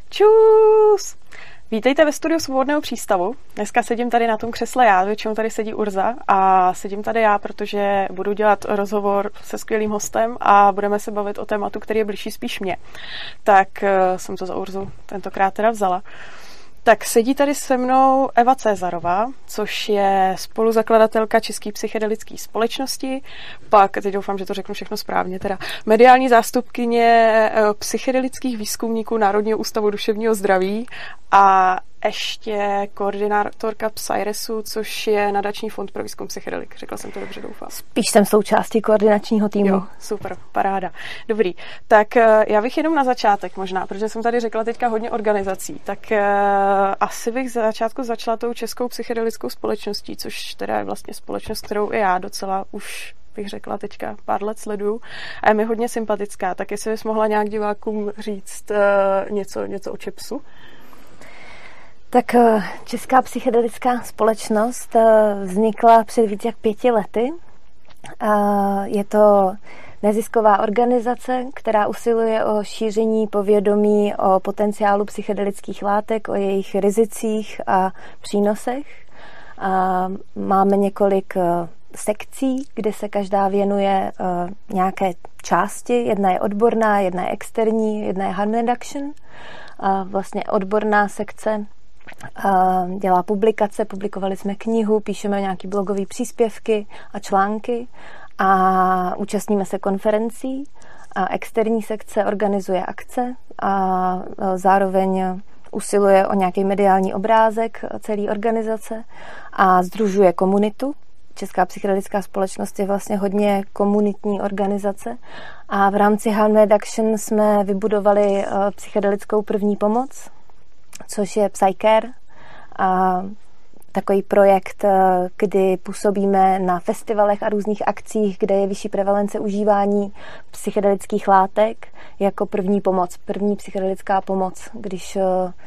Čus! Vítejte ve studiu Svobodného přístavu. Dneska sedím tady na tom křesle já, většinou tady sedí Urza a sedím tady já, protože budu dělat rozhovor se skvělým hostem a budeme se bavit o tématu, který je blížší spíš mě. Tak jsem to za Urzu tentokrát teda vzala. Tak sedí tady se mnou Eva Cézarová, což je spoluzakladatelka České psychedelické společnosti, pak, teď doufám, že to řeknu všechno správně, teda mediální zástupkyně psychedelických výzkumníků Národního ústavu duševního zdraví a ještě koordinátorka Psyresu, což je nadační fond pro výzkum psychedelik. Řekla jsem to dobře, doufám. Spíš jsem součástí koordinačního týmu. Jo, super, paráda. Dobrý, tak já bych jenom na začátek možná, protože jsem tady řekla teďka hodně organizací, tak asi bych za začátku začala tou Českou psychedelickou společností, což teda je vlastně společnost, kterou i já docela už bych řekla teďka pár let sleduju a je mi hodně sympatická, tak jestli bys mohla nějak divákům říct něco o ČEPSu? Tak Česká psychedelická společnost vznikla před více jak 5 lety. Je to nezisková organizace, která usiluje o šíření povědomí o potenciálu psychedelických látek, o jejich rizicích a přínosech. Máme několik sekcí, kde se každá věnuje nějaké části. Jedna je odborná, jedna je externí, jedna je harm reduction. Vlastně odborná sekce dělá publikace, publikovali jsme knihu, píšeme nějaké blogové příspěvky a články a účastníme se konferencí. A externí sekce organizuje akce a zároveň usiluje o nějaký mediální obrázek celé organizace a sdružuje komunitu. Česká psychedelická společnost je vlastně hodně komunitní organizace a v rámci harm reduction jsme vybudovali psychedelickou první pomoc, což je PsyCare, a takový projekt, kdy působíme na festivalech a různých akcích, kde je vyšší prevalence užívání psychedelických látek jako první pomoc, první psychedelická pomoc, když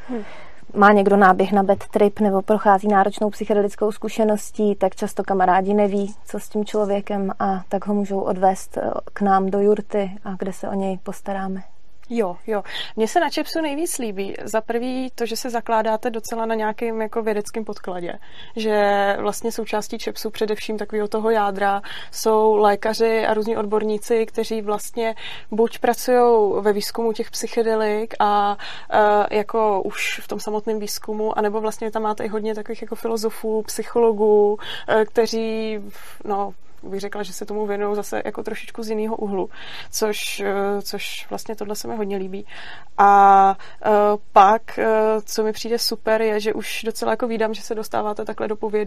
má někdo náběh na bad trip nebo prochází náročnou psychedelickou zkušeností, tak často kamarádi neví, co s tím člověkem a tak ho můžou odvést k nám do jurty a kde se o něj postaráme. Jo. Mně se na ČEPSu nejvíc líbí. Za prvý to, že se zakládáte docela na nějakém jako vědeckém podkladě. Že vlastně součástí ČEPSu především takového toho jádra jsou lékaři a různí odborníci, kteří vlastně buď pracují ve výzkumu těch psychedelik a jako už v tom samotném výzkumu, anebo vlastně tam máte i hodně takových jako filozofů, psychologů, kteří bych řekla, že se tomu věnují zase jako trošičku z jiného úhlu, což vlastně tohle se mi hodně líbí. A pak, co mi přijde super, je, že už docela jako vídám, že se dostáváte takhle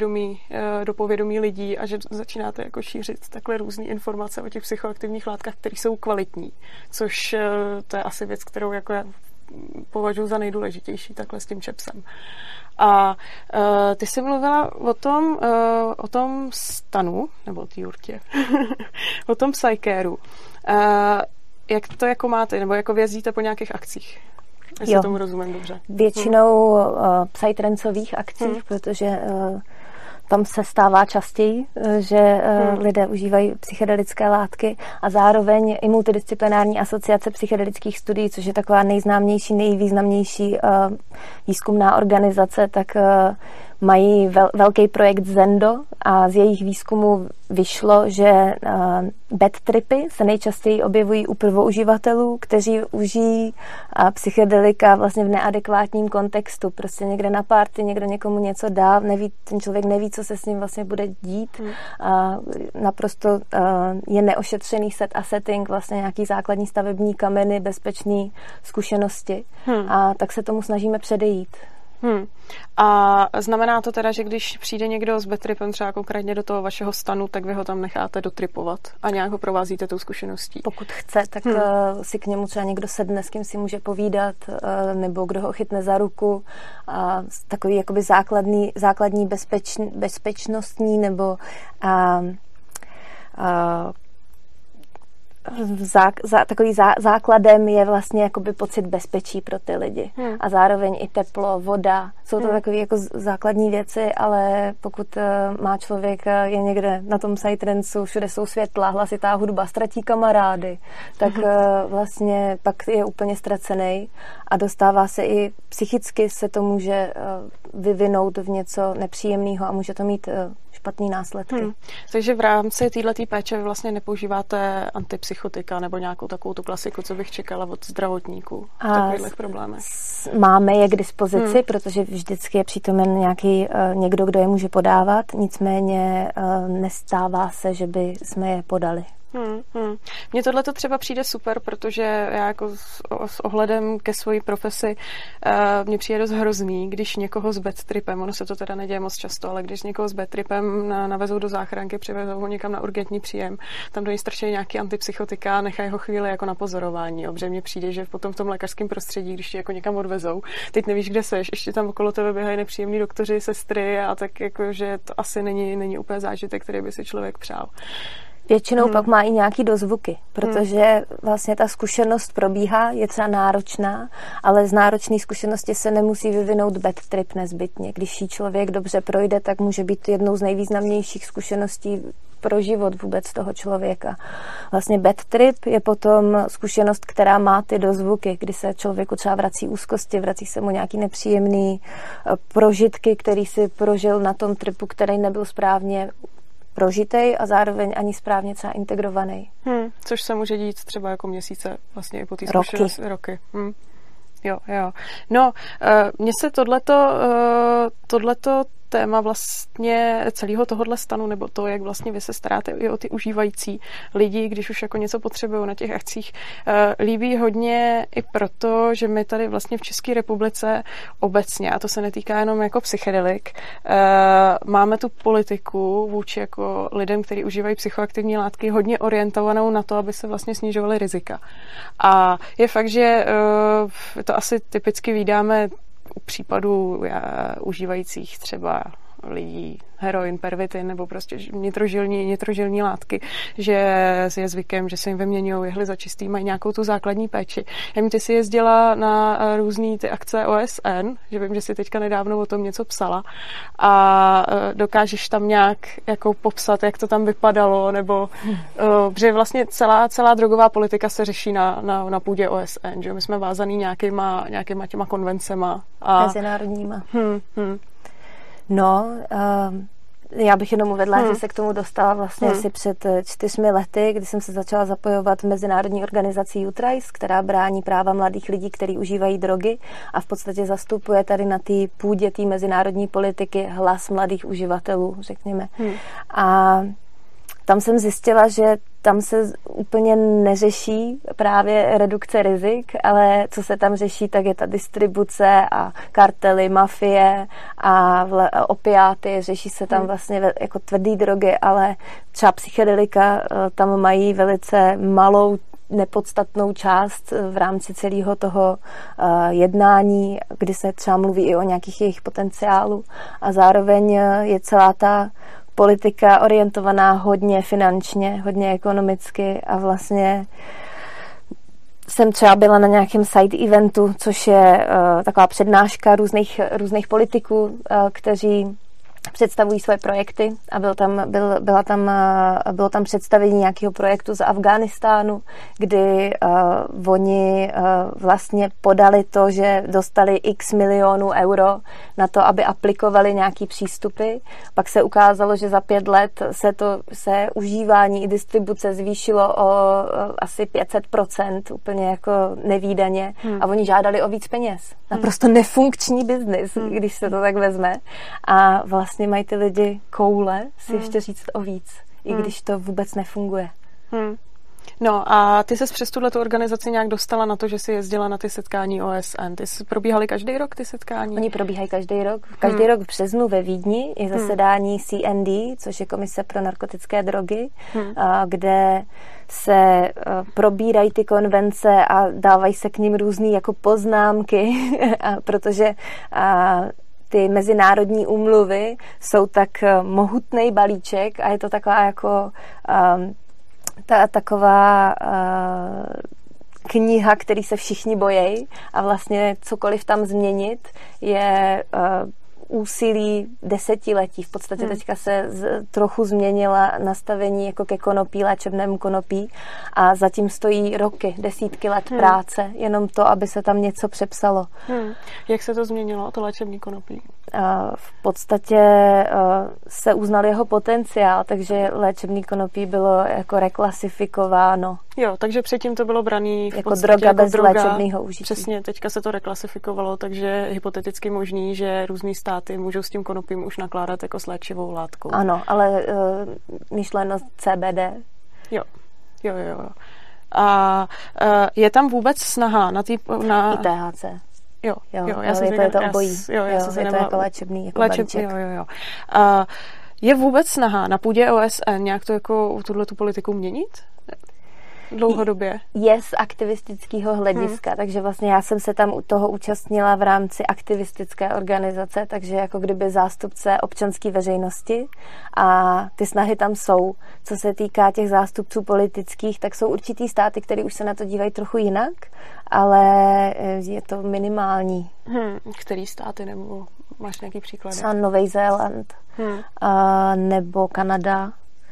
do povědomí lidí a že začínáte jako šířit takhle různý informace o těch psychoaktivních látkách, které jsou kvalitní, což to je asi věc, kterou jako já považuji za nejdůležitější takhle s tím ČEPSem. A ty jsi mluvila o tom stanu, nebo té jurtě, o tom PsyCareu. Jak to jako máte, nebo jako jezdíte po nějakých akcích? Jestli tomu rozumím dobře. Většinou psytrancových akcích, protože tam se stává častěji, že lidé užívají psychedelické látky a zároveň i multidisciplinární asociace psychedelických studií, což je taková nejznámější, nejvýznamnější výzkumná organizace, tak mají velký projekt Zendo a z jejich výzkumu vyšlo, že bad tripy se nejčastěji objevují u prvouživatelů, kteří užijí psychedelika vlastně v neadekvátním kontextu. Prostě někde na party, někdo někomu něco dá, ten člověk neví, co se s ním vlastně bude dít. Naprosto je neošetřený set a setting, vlastně nějaký základní stavební kameny, bezpečné zkušenosti. A tak se tomu snažíme předejít. A znamená to teda, že když přijde někdo s bedtripem třeba konkrétně do toho vašeho stanu, tak vy ho tam necháte dotripovat a nějak ho provázíte tou zkušeností? Pokud chce, tak si k němu třeba někdo sedne, s kým si může povídat, nebo kdo ho chytne za ruku. A takový jakoby základní bezpečnostní nebo základem je vlastně jakoby pocit bezpečí pro ty lidi. A zároveň i teplo, voda. Jsou to takové jako základní věci, ale pokud má člověk, je někde na tom psytrance, všude jsou světla, hlasitá hudba, ztratí kamarády, tak vlastně pak je úplně ztracený a dostává se i psychicky, se to může vyvinout v něco nepříjemného a může to mít špatný následky. Takže v rámci této péče vy vlastně nepoužíváte antipsychotika nebo nějakou takovou tu klasiku, co bych čekala od zdravotníků v takových problémech? Máme je k dispozici, protože vždycky je přítomen někdo, kdo je může podávat, nicméně nestává se, že by jsme je podali. Mně tohle to třeba přijde super, protože já jako s ohledem ke své profesi mně přijde dost hrozný, když někoho s bad tripem, ono se to teda neděje moc často, ale když někoho s bad tripem navezou do záchranky, přivezou ho někam na urgentní příjem, tam do něj strčí nějaký antipsychotika a nechají ho chvíli jako na pozorování. Protože mně přijde, že potom v tom lékařském prostředí, když tě jako někam odvezou, teď nevíš, kde seš, ještě tam okolo tebe běhají nepříjemní doktoři, sestry a tak jako, že to asi není úplně zážitek, který by si člověk přál. Většinou pak má i nějaký dozvuky, protože vlastně ta zkušenost probíhá, je třeba náročná, ale z náročné zkušenosti se nemusí vyvinout bad trip nezbytně. Když ji člověk dobře projde, tak může být jednou z nejvýznamnějších zkušeností pro život vůbec toho člověka. Vlastně bad trip je potom zkušenost, která má ty dozvuky, kdy se člověku třeba vrací úzkosti, vrací se mu nějaký nepříjemný prožitky, který si prožil na tom tripu, který nebyl správně prožitej a zároveň ani správně třeba integrovaný. Což se může dít třeba jako měsíce, vlastně i po té zkušenosti. Roky. Jo. No, mně se tohleto téma vlastně celého tohohle stanu, nebo to, jak vlastně vy se staráte i o ty užívající lidi, když už jako něco potřebují na těch akcích, líbí hodně i proto, že my tady vlastně v České republice obecně, a to se netýká jenom jako psychedelik, máme tu politiku vůči jako lidem, kteří užívají psychoaktivní látky, hodně orientovanou na to, aby se vlastně snižovaly rizika. A je fakt, že to asi typicky vídáme u případů užívajících třeba lidí heroin, pervitin nebo prostě nitrožilní látky, že je zvykem, že se jim vyměňují jehly za čistý, mají nějakou tu základní péči. Ty jsi jezdila na různý ty akce OSN, že vím, že jsi teďka nedávno o tom něco psala a dokážeš tam nějak jako popsat, jak to tam vypadalo, nebo že vlastně celá drogová politika se řeší na půdě OSN, že my jsme vázaný nějakýma těma konvencema. Mezinárodníma. No, já bych jenom uvedla, že se k tomu dostala vlastně asi před 4 lety, kdy jsem se začala zapojovat v mezinárodní organizaci Youthrise, která brání práva mladých lidí, kteří užívají drogy a v podstatě zastupuje tady na té půdě té mezinárodní politiky hlas mladých uživatelů, řekněme. A tam jsem zjistila, že tam se úplně neřeší právě redukce rizik, ale co se tam řeší, tak je ta distribuce a kartely, mafie a opiáty. Řeší se tam vlastně jako tvrdý drogy, ale třeba psychedelika tam mají velice malou nepodstatnou část v rámci celého toho jednání, kdy se třeba mluví i o nějakých jejich potenciálu a zároveň je celá ta politika orientovaná hodně finančně, hodně ekonomicky a vlastně jsem třeba byla na nějakém side eventu, což je taková přednáška různých politiků, kteří představují své projekty a bylo tam představení nějakého projektu z Afghánistánu, kdy oni vlastně podali to, že dostali x milionů euro na to, aby aplikovali nějaký přístupy. Pak se ukázalo, že za 5 let se užívání i distribuce zvýšilo o asi 500%, úplně jako nevídaně a oni žádali o víc peněz. Naprosto nefunkční biznis, když se to tak vezme. A vlastně mají ty lidi koule si ještě říct o víc, i když to vůbec nefunguje. No a ty ses přes tuhletu organizaci nějak dostala na to, že jsi jezdila na ty setkání OSN. Ty probíhaly každý rok ty setkání? Oni probíhají každý rok. Každý rok v březnu ve Vídni je zasedání CND, což je Komise pro narkotické drogy, kde se probírají ty konvence a dávají se k nim různý jako poznámky, protože ty mezinárodní úmluvy jsou tak mohutný balíček a je to taková jako taková kniha, který se všichni bojí a vlastně cokoliv tam změnit je úsilí desetiletí. V podstatě teďka se trochu změnila nastavení jako ke konopí, léčebnému konopí a zatím stojí roky, desítky let práce, jenom to, aby se tam něco přepsalo. Jak se to změnilo, to léčebný konopí? V podstatě se uznal jeho potenciál, takže léčebný konopí bylo jako reklasifikováno. Jo, takže předtím to bylo braný v jako podstatě droga jako bez droga. léčebného užití. Přesně, teďka se to reklasifikovalo, takže je hypoteticky možný, že různý státy můžou s tím konopím už nakládat jako s léčivou látkou. Ano, ale myšleno CBD. Jo. A je tam vůbec snaha na I THC. Jo, já jsem to obojí. Je to jako léčebný, jako balíček. Jo. Je vůbec snaha na půdě OSN nějak to jako tuhletu politiku měnit? Dlouhodobě? Je z aktivistického hlediska, takže vlastně já jsem se tam u toho účastnila v rámci aktivistické organizace, takže jako kdyby zástupce občanské veřejnosti a ty snahy tam jsou. Co se týká těch zástupců politických, tak jsou určitý státy, které už se na to dívají trochu jinak, ale je to minimální. Který státy, nebo máš nějaký příklady? Třeba Nový Zéland, nebo Kanada,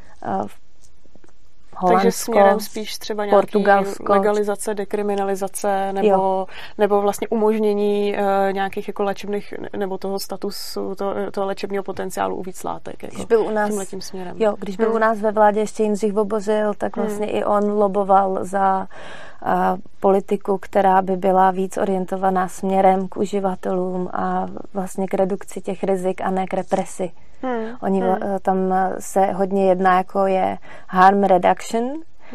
Holandsko, takže směrem spíš třeba nějaký Portugalsko, legalizace, dekriminalizace nebo vlastně umožnění nějakých jako léčebných nebo toho statusu, toho léčebného potenciálu u víc látek. Jako když byl u nás, tímhletím směrem. Jo, když byl u nás ve vládě ještě Jindřich Vobořil, tak vlastně i on loboval za politiku, která by byla víc orientovaná směrem k uživatelům a vlastně k redukci těch rizik a ne k represi. Oni tam se hodně jedná, jako je harm reduction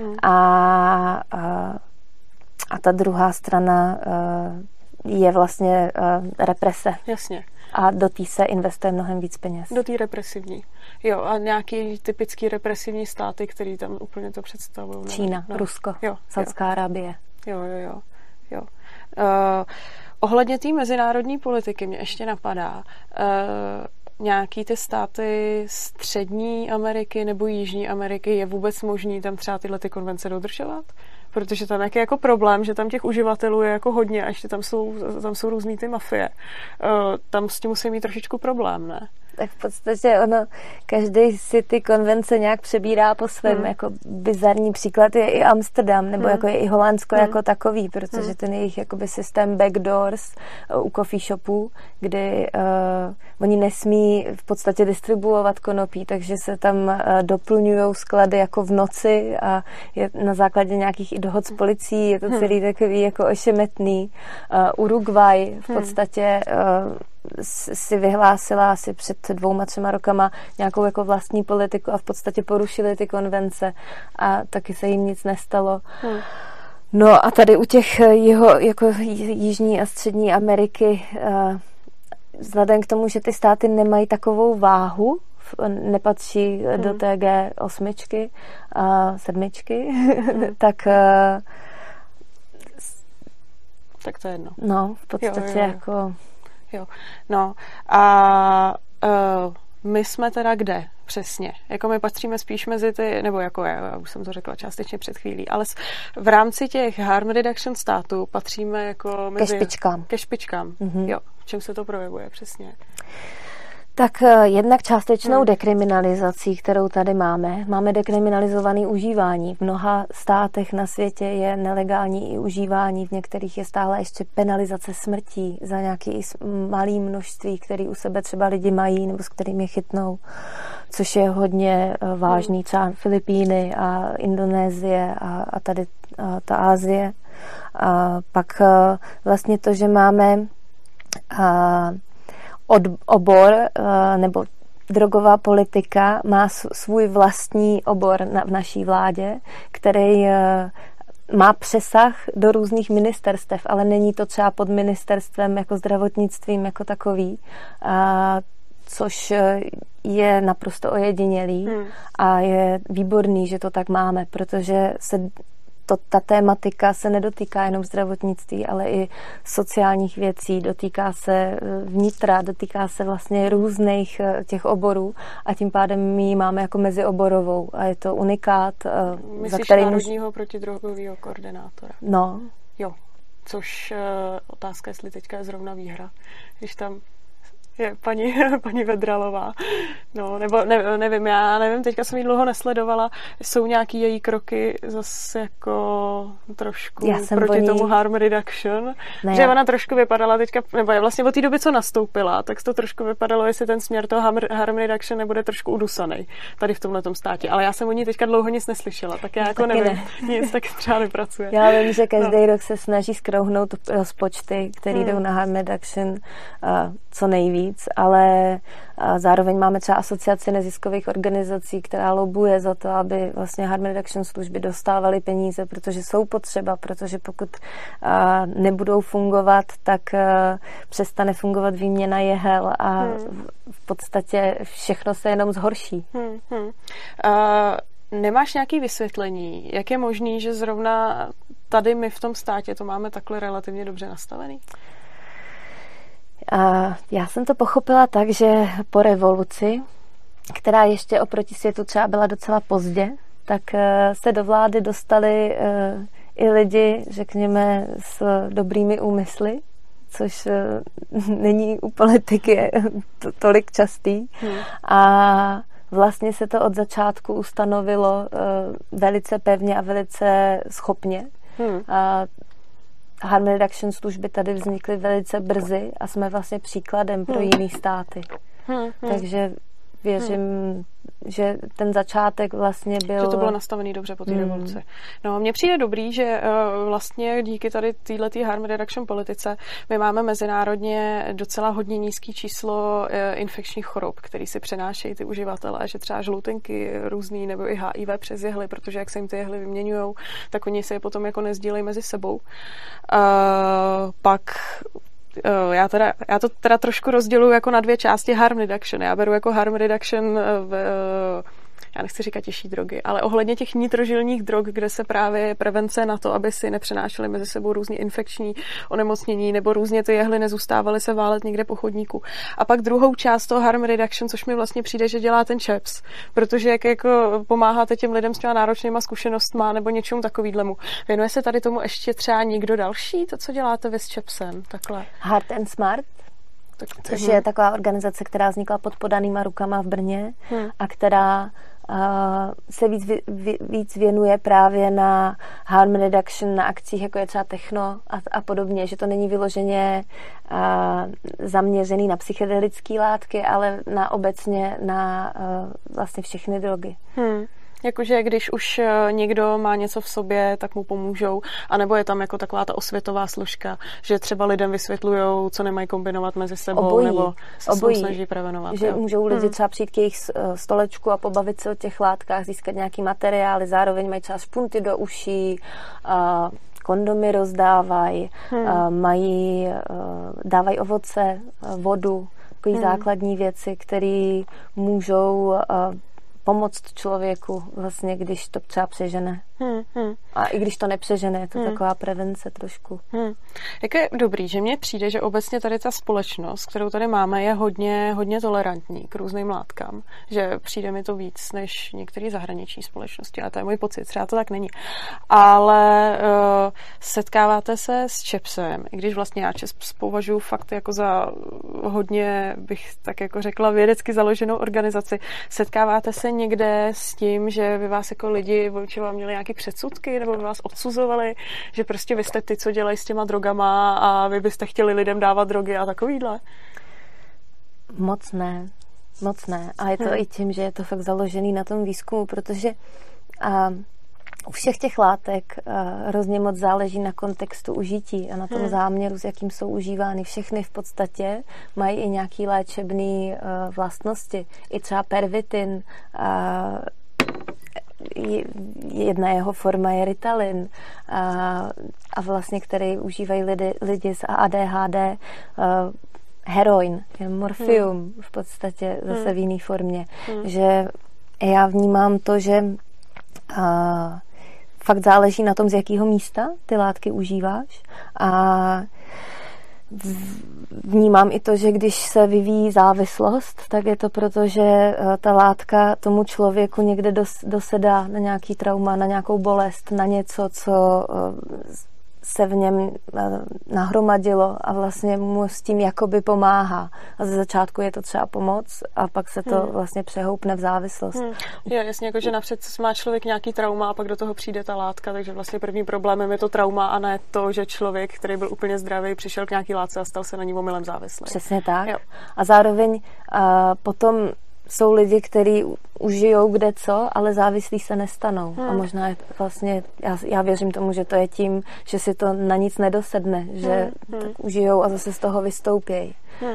a ta druhá strana je vlastně represe. Jasně. A do té se investuje mnohem víc peněz. Do té represivní. Jo, a nějaký typický represivní státy, který tam úplně to představují. Čína, Rusko, Saudská Arábie. Jo. Ohledně té mezinárodní politiky mě ještě napadá, nějaký ty státy Střední Ameriky nebo Jižní Ameriky, je vůbec možný tam třeba tyhle ty konvence dodržovat? Protože tam je jako problém, že tam těch uživatelů je jako hodně a ještě tam jsou různý ty mafie. Tam s tím musí mít trošičku problém, ne? Tak v podstatě každý si ty konvence nějak přebírá po svém. Jako bizarní příklad je i Amsterdam, nebo jako je i Holandsko jako takový, protože ten jejich jakoby systém backdoors u coffee shopů, kdy oni nesmí v podstatě distribuovat konopí, takže se tam doplňují sklady jako v noci a je na základě nějakých i dohod s policií, je to celý takový jako ošemetný. Uruguay v podstatě si vyhlásila asi před 2-3 rokama nějakou jako vlastní politiku a v podstatě porušili ty konvence a taky se jim nic nestalo. No a tady u těch jako Jižní a Střední Ameriky vzhledem k tomu, že ty státy nemají takovou váhu, nepatří do té G8 a 7, tak to je jedno. No, v podstatě jako... Jo, no a my jsme teda kde přesně? Jako my patříme spíš mezi ty, nebo jako já už jsem to řekla částečně před chvílí, ale v rámci těch harm reduction států patříme jako mezi... Ke špičkám. Jo, v čem se to projevuje přesně? Tak jednak částečnou dekriminalizací, kterou tady máme dekriminalizované užívání. V mnoha státech na světě je nelegální i užívání, v některých je stále ještě penalizace smrtí za nějaké malé množství, které u sebe třeba lidi mají nebo s kterými chytnou, což je hodně vážný. Třeba Filipíny a Indonésie a tady ta Asie. A pak vlastně to, že máme obor nebo drogová politika má svůj vlastní obor v naší vládě, který má přesah do různých ministerstev, ale není to třeba pod ministerstvem jako zdravotnictvím jako takový, což je naprosto ojedinělý a je výborný, že to tak máme, protože se ta tématika se nedotýká jenom zdravotnictví, ale i sociálních věcí, dotýká se vnitra, dotýká se vlastně různých těch oborů a tím pádem my ji máme jako mezioborovou a je to unikát. Myslíš národního protidrogového koordinátora? No. Jo, což otázka, jestli teďka je zrovna výhra, když tam je paní Vedralová. No, nebo nevím, já nevím, teďka jsem ji dlouho nesledovala. Jsou nějaký její kroky zase jako trošku proti tomu harm reduction. Ne, že ona trošku vypadala teďka, nebo vlastně od té doby, co nastoupila, tak to trošku vypadalo, jestli ten směr toho harm reduction nebude trošku udusaný tady v tomhletom státě. Ale já jsem o ní teďka dlouho nic neslyšela, tak já jako nevím, nic taky třeba nepracuje. Já vím, že každý rok se snaží skrouhnout rozpočty, které jdou na harm reduction co nejvíc. Ale zároveň máme třeba asociaci neziskových organizací, která lobuje za to, aby vlastně harm reduction služby dostávaly peníze, protože jsou potřeba, protože pokud nebudou fungovat, tak přestane fungovat výměna jehel a v podstatě všechno se jenom zhorší. Nemáš nějaké vysvětlení, jak je možný, že zrovna tady my v tom státě to máme takhle relativně dobře nastavený? Já jsem to pochopila tak, že po revoluci, která ještě oproti světu třeba byla docela pozdě, tak se do vlády dostali i lidi, řekněme, s dobrými úmysly, což není u politiky tolik častý. A vlastně se to od začátku ustanovilo velice pevně a velice schopně. Harm reduction služby tady vznikly velice brzy a jsme vlastně příkladem pro jiné státy. Takže věřím, že ten začátek vlastně byl... Že to bylo nastavený dobře po té revoluci. No, mně přijde dobrý, že vlastně díky tady téhletý harm reduction politice my máme mezinárodně docela hodně nízký číslo infekčních chorob, který si přenášejí ty uživatelé, že třeba žloutenky různý nebo i HIV přes jehly, protože jak se jim ty jehly vyměňujou, tak oni se je potom jako nezdílejí mezi sebou. Pak já to teda trošku rozděluji jako na dvě části harm reduction. Já beru jako harm reduction já nechci říkat těžší drogy, ale ohledně těch nitrožilních drog, kde se právě prevence na to, aby si nepřenášely mezi sebou různý infekční onemocnění nebo různě ty jehly nezůstávaly se válet někde po chodníku. A pak druhou část toho harm reduction, což mi vlastně přijde, že dělá ten ČEPS, protože jak jako pomáháte těm lidem s těma náročnýma zkušenostma nebo něčemu takovýhlemu. Věnuje se tady tomu ještě třeba někdo další, to, co děláte vy s ČEPSem? Takhle. Heart and Smart? Což je taková organizace, která vznikla pod podanýma rukama v Brně a která se víc věnuje právě na harm reduction, na akcích, jako je třeba techno a podobně, že to není vyloženě zaměřený na psychedelické látky, ale na obecně na vlastně všechny drogy. Jakože když už někdo má něco v sobě, tak mu pomůžou, anebo je tam jako taková ta osvětová složka, že třeba lidem vysvětlujou, co nemají kombinovat mezi sebou, nebo se snaží prevenovat. Že můžou lidi třeba přijít k jejich stolečku a pobavit se o těch látkách, získat nějaký materiály, zároveň mají třeba špunty do uší, kondomy rozdávají, dávají ovoce, vodu, takový základní věci, které můžou pomoct člověku vlastně, když to třeba přežene. A i když to nepřežene, je to taková prevence trošku. Jak je dobrý, že mně přijde, že obecně tady ta společnost, kterou tady máme, je hodně tolerantní k různým látkám. Že přijde mi to víc než některé zahraniční společnosti. A to je můj pocit, třeba to tak není. Ale setkáváte se s ČEPSem, i když vlastně já ČEPS považuji fakt jako za hodně, bych tak jako řekla, vědecky založenou organizaci. Setkáváte se někde s tím, že vy vás jako lidi vůči vám měli nějaký předsudky, nebo by vás odsuzovali, že prostě vy jste ty, co dělají s těma drogama a vy byste chtěli lidem dávat drogy a takovýhle? Moc ne. A je to i tím, že je to fakt založený na tom výzkumu, protože u všech těch látek hrozně moc záleží na kontextu užití a na tom záměru, s jakým jsou užívány. Všechny v podstatě mají i nějaký léčebný vlastnosti. I třeba pervitin, jedna jeho forma je Ritalin a vlastně, který užívají lidi s ADHD, heroin, morfium v podstatě zase v jiné formě. Že já vnímám to, že fakt záleží na tom, z jakého místa ty látky užíváš. A vnímám i to, že když se vyvíjí závislost, tak je to proto, že ta látka tomu člověku někde dosedá na nějaký trauma, na nějakou bolest, na něco, co se v něm nahromadilo a vlastně mu s tím jakoby pomáhá. A ze začátku je to třeba pomoc a pak se to vlastně přehoupne v závislost. Je jasně, jako že napřed má člověk nějaký trauma a pak do toho přijde ta látka, takže vlastně prvním problémem je to trauma a ne to, že člověk, který byl úplně zdravý, přišel k nějaký látce a stal se na ní omylem závislý. Přesně tak. Jo. A zároveň potom jsou lidi, kteří užijou kde co, ale závislí se nestanou. A možná je vlastně, já věřím tomu, že to je tím, že si to na nic nedosedne, že tak užijou a zase z toho vystoupějí.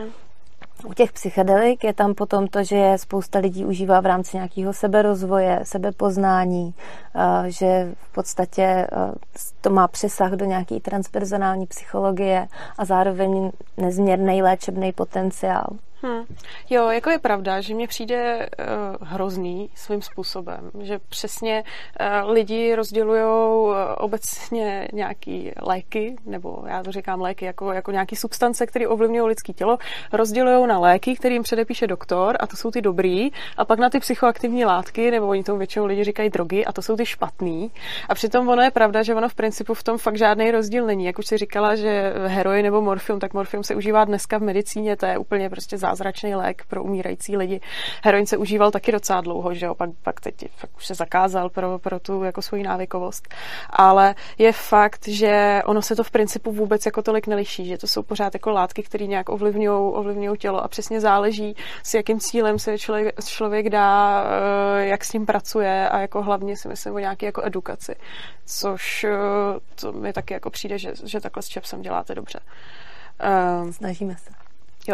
U těch psychedelik je tam potom to, že spousta lidí užívá v rámci nějakého seberozvoje, sebepoznání, že v podstatě to má přesah do nějaké transpersonální psychologie a zároveň nezměrný léčebný potenciál. Jo, jako je pravda, že mně přijde hrozný svým způsobem, že přesně lidi rozdělujou obecně nějaký léky, nebo já to říkám léky, jako nějaký substance, které ovlivňují lidské tělo, rozdělujou na léky, kterým předepíše doktor, a to jsou ty dobrý, a pak na ty psychoaktivní látky, nebo oni tomu většinou lidi říkají drogy, a to jsou ty špatný. A přitom ono je pravda, že ono v principu v tom fakt žádný rozdíl není. Jak už si říkala, že heroin nebo morfium, tak morfium se užívá dneska v medicíně, to je úplně prostě zázračný lék pro umírající lidi. Heroin se užíval taky docela dlouho, že jo, pak teď fakt už se zakázal pro tu jako svoji návykovost. Ale je fakt, že ono se to v principu vůbec jako tolik neliší, že to jsou pořád jako látky, které nějak ovlivňují tělo a přesně záleží, s jakým cílem se člověk dá, jak s ním pracuje a jako hlavně si myslím o nějaké jako edukaci. Což to mi taky jako přijde, že takhle s čepsem děláte dobře. Snažíme se. Jo.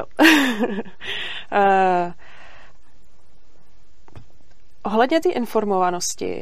Ohledně té informovanosti,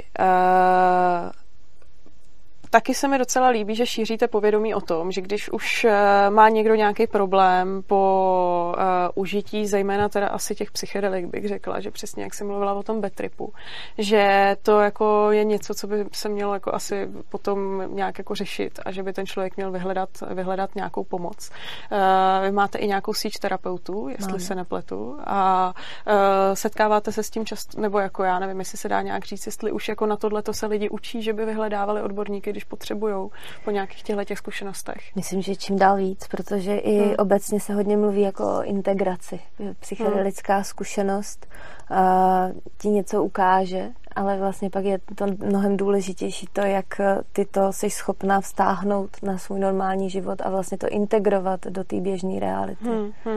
taky se mi docela líbí, že šíříte povědomí o tom, že když už má někdo nějaký problém po užití, zejména teda asi těch psychedelik, bych řekla, že přesně jak jsem mluvila o tom bad tripu, že to jako je něco, co by se mělo jako asi potom nějak jako řešit a že by ten člověk měl vyhledat nějakou pomoc. Vy máte i nějakou síť terapeutů, jestli se nepletu, a setkáváte se s tím často, nebo jako já nevím, jestli se dá nějak říct, jestli už jako na tohleto se lidi učí, že by vyhledávali odborníky, když potřebujou po nějakých těchto zkušenostech. Myslím, že čím dál víc, protože i obecně se hodně mluví jako o integraci. Psychedelická zkušenost ti něco ukáže, ale vlastně pak je to mnohem důležitější to, jak ty to jsi schopná vztáhnout na svůj normální život a vlastně to integrovat do té běžné reality.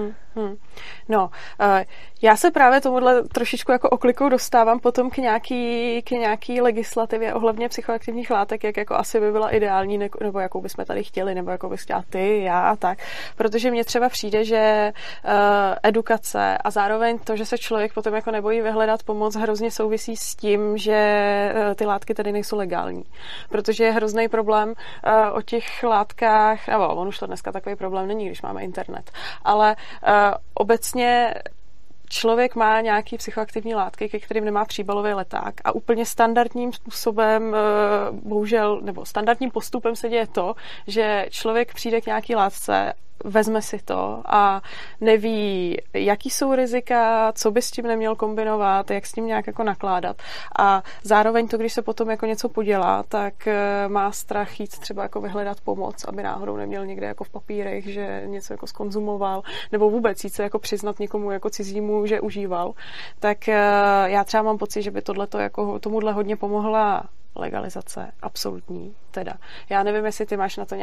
No, já se právě tomuhle trošičku jako oklikou dostávám potom k nějaký legislativě ohledně psychoaktivních látek, jak jako asi by byla ideální, nebo jakou bychom tady chtěli, nebo jakou bys chtěla ty, já a tak. Protože mně třeba přijde, že edukace a zároveň to, že se člověk potom jako nebojí vyhledat pomoc, hrozně souvisí s tím, že ty látky tady nejsou legální. Protože je hrozný problém o těch látkách, nebo on už to dneska takový problém není, když máme internet, ale obecně člověk má nějaký psychoaktivní látky, ke kterým nemá příbalový leták a úplně standardním způsobem, bohužel, nebo standardním postupem se děje to, že člověk přijde k nějaký látce, vezme si to a neví, jaký jsou rizika, co by s tím neměl kombinovat, jak s tím nějak jako nakládat. A zároveň to, když se potom jako něco podělá, tak má strach jít třeba jako vyhledat pomoc, aby náhodou neměl někde jako v papírech, že něco jako skonzumoval, nebo vůbec jít se jako přiznat někomu jako cizímu, že užíval. Tak já třeba mám pocit, že by tohleto jako tomuhle hodně pomohla legalizace, absolutní teda. Já nevím, jestli ty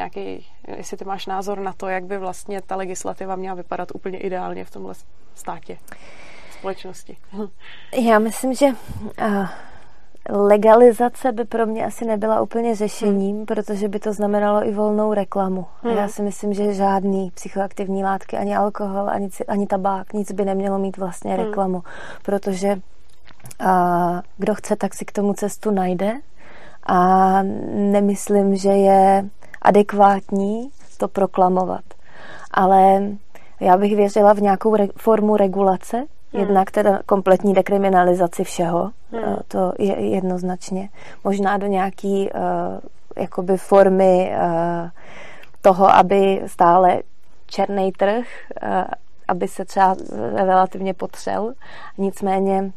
máš názor na to, jak by vlastně ta legislativa měla vypadat úplně ideálně v tomhle státě, společnosti. Já myslím, že legalizace by pro mě asi nebyla úplně řešením, protože by to znamenalo i volnou reklamu. A já si myslím, že žádný psychoaktivní látky, ani alkohol, ani tabák, nic by nemělo mít vlastně reklamu, protože kdo chce, tak si k tomu cestu najde. A nemyslím, že je adekvátní to proklamovat. Ale já bych věřila v nějakou formu regulace, Jednak teda kompletní dekriminalizaci všeho, to je jednoznačně. Možná do nějaký jakoby formy toho, aby stále černý trh, aby se třeba relativně potřel. Nicméně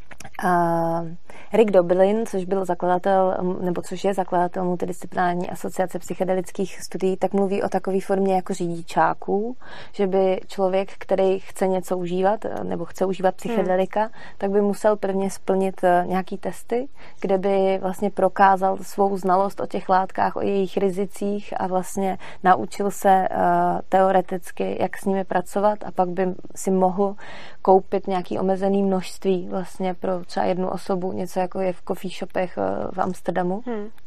Rick Doblin, což je zakladatel multidisciplinární asociace psychedelických studií, tak mluví o takové formě jako řidičáků, že by člověk, který chce něco užívat nebo chce užívat psychedelika, tak by musel prvně splnit nějaký testy, kde by vlastně prokázal svou znalost o těch látkách, o jejich rizicích a vlastně naučil se teoreticky, jak s nimi pracovat, a pak by si mohl koupit nějaký omezený množství vlastně pro třeba jednu osobu, něco jako je v coffee shopech v Amsterdamu.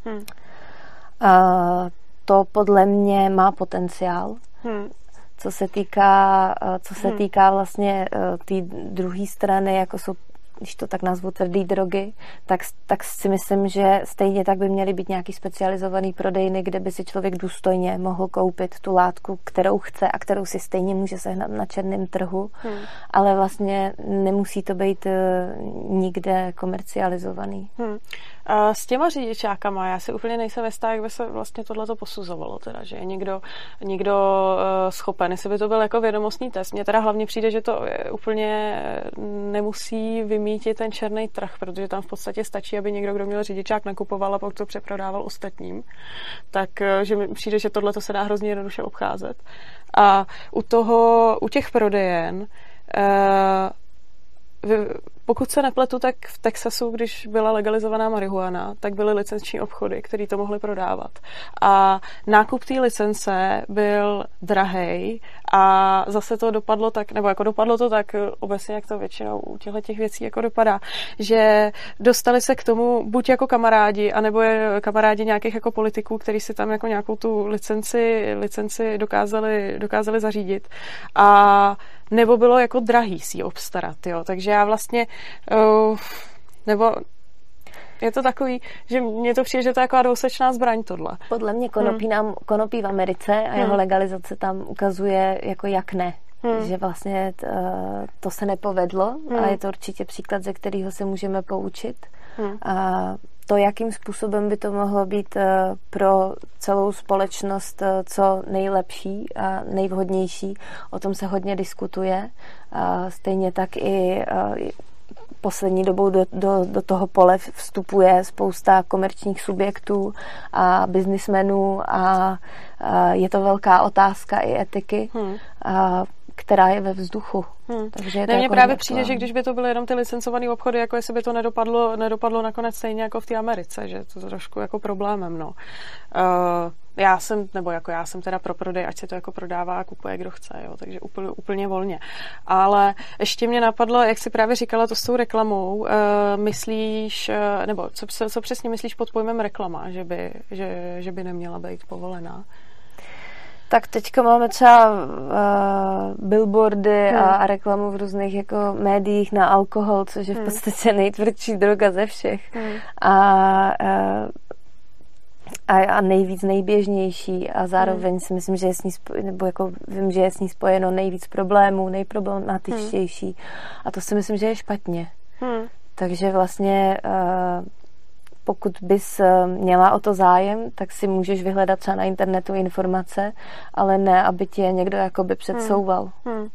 To podle mě má potenciál. Co se týká vlastně té druhé strany, jako jsou, když to tak nazvu, tvrdý drogy, tak si myslím, že stejně tak by měly být nějaký specializovaný prodejny, kde by si člověk důstojně mohl koupit tu látku, kterou chce a kterou si stejně může sehnat na černém trhu, ale vlastně nemusí to být nikde komercializovaný. A s těma řidičákama já si úplně nejsem jistá, jak by se vlastně tohleto posuzovalo, teda, že je někdo schopen, jestli by to byl jako vědomostní test. Mně teda hlavně přijde, že to úplně nemusí vymítit ten černý trh, protože tam v podstatě stačí, aby někdo, kdo měl řidičák, nakupoval a pak to přeprodával ostatním. Takže mi přijde, že tohleto se dá hrozně jednoduše obcházet. A u těch prodejen pokud se nepletu, tak v Texasu, když byla legalizovaná marihuana, tak byly licenční obchody, které to mohly prodávat. A nákup té licence byl drahej a zase to dopadlo tak, nebo jako dopadlo to tak obecně, jak to většinou u těchto věcí jako dopadá, že dostali se k tomu buď jako kamarádi, anebo kamarádi nějakých jako politiků, kteří si tam jako nějakou tu licenci dokázali zařídit. A nebo bylo jako drahý si ji obstarat, jo. Takže já vlastně nebo je to takový, že mně to přijde, že to je taková dvousečná zbraň tohle. Podle mě konopí v Americe a jeho legalizace tam ukazuje jako jak ne. Že vlastně to se nepovedlo a je to určitě příklad, ze kterého se můžeme poučit. A to, jakým způsobem by to mohlo být pro celou společnost co nejlepší a nejvhodnější, o tom se hodně diskutuje. Stejně tak i poslední dobou do toho pole vstupuje spousta komerčních subjektů a biznismenů a je to velká otázka i etiky, která je ve vzduchu. Takže mně jako právě přijde, že když by to byly jenom ty licencované obchody, jako jestli by to nedopadlo nakonec stejně jako v té Americe, že to je trošku jako problémem, no. Já jsem teda pro prodej, ať se to jako prodává a kupuje, kdo chce, jo, takže úplně volně. Ale ještě mě napadlo, jak jsi právě říkala to s tou reklamou, myslíš, nebo co přesně myslíš pod pojmem reklama, že by neměla být povolená? Tak teďka máme třeba billboardy a reklamu v různých jako médiích na alkohol, což je v podstatě nejtvrdší droga ze všech. A nejvíc nejběžnější a zároveň si myslím, že je s ní vím, že je s ní spojeno nejvíc problémů, nejproblematičtější. A to si myslím, že je špatně. Takže vlastně pokud bys měla o to zájem, tak si můžeš vyhledat třeba na internetu informace, ale ne, aby ti je někdo jakoby předsouval.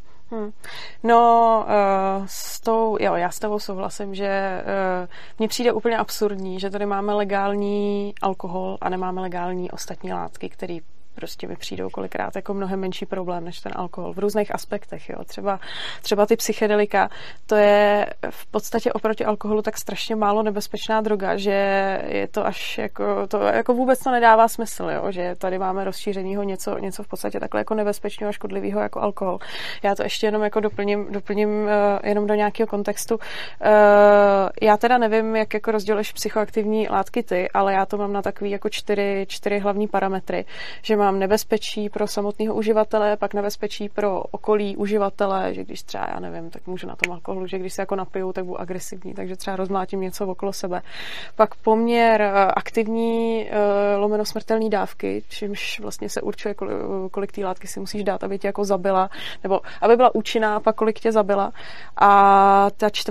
No, já s tebou souhlasím, že mně přijde úplně absurdní, že tady máme legální alkohol a nemáme legální ostatní látky, které prostě mi přijdou kolikrát jako mnohem menší problém než ten alkohol v různých aspektech. Jo. Třeba ty psychedelika, to je v podstatě oproti alkoholu tak strašně málo nebezpečná droga, že je to až jako vůbec to nedává smysl, jo, že tady máme rozšířenýho něco v podstatě takhle jako nebezpečného a škodlivého jako alkohol. Já to ještě jenom jako doplním jenom do nějakého kontextu. Já teda nevím, jak jako rozděluješ psychoaktivní látky ty, ale já to mám na takový jako čtyři hlavní parametry, že mám nebezpečí pro samotného uživatele, pak nebezpečí pro okolí uživatele, že když třeba, já nevím, tak můžu na tom alkoholu, že když se jako napiju, tak budu agresivní, takže třeba rozmlátím něco okolo sebe. Pak poměr aktivní lomeno smrtelný dávky, čímž vlastně se určuje, kolik té látky si musíš dát, aby tě jako zabila, nebo aby byla účinná, pak kolik tě zabila. A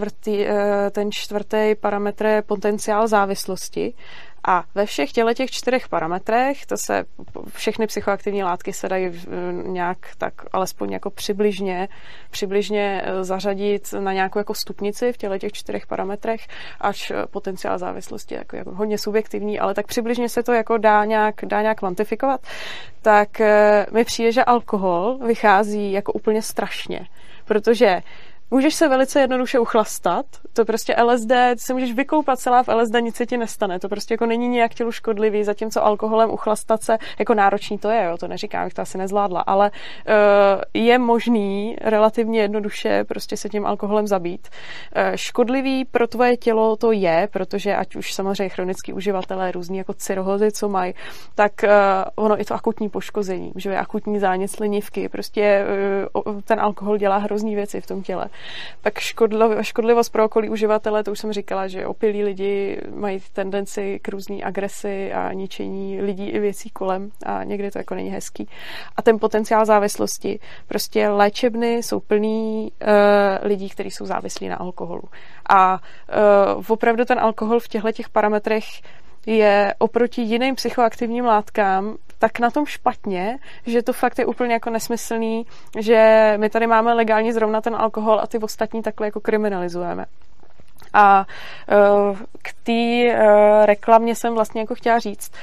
ten čtvrtý parametr je potenciál závislosti. A ve všech těch 4 parametrech, všechny psychoaktivní látky se dají nějak tak alespoň jako přibližně zařadit na nějakou jako stupnici v těch 4 parametrech, až potenciál závislosti jako hodně subjektivní, ale tak přibližně se to jako dá nějak kvantifikovat, tak mi přijde, že alkohol vychází jako úplně strašně, protože můžeš se velice jednoduše uchlastat, to prostě LSD, ty se můžeš vykoupat celá v LSD, nic se ti nestane, to prostě jako není nějak tělu škodlivý, zatímco alkoholem uchlastat se, jako náročný to je, jo, to neříkám, že to asi nezvládla, ale je možný relativně jednoduše prostě se tím alkoholem zabít. Škodlivý pro tvoje tělo to je, protože ať už samozřejmě chronický uživatelé, různý jako cirhózy, co mají, tak ono je to akutní poškození, že je akutní zánět slinivky, prostě ten alkohol dělá hrozný věci v tom těle. Tak škodlivost pro okolí uživatele, to už jsem říkala, že opilí lidi mají tendenci k různý agresi a ničení lidí i věcí kolem a někdy to jako není hezký. A ten potenciál závislosti. Prostě léčebny jsou plný lidí, kteří jsou závislí na alkoholu. A opravdu ten alkohol v těchto parametrech je oproti jiným psychoaktivním látkám tak na tom špatně, že to fakt je úplně jako nesmyslný, že my tady máme legálně zrovna ten alkohol a ty ostatní takhle jako kriminalizujeme. A k té reklamě jsem vlastně jako chtěla říct,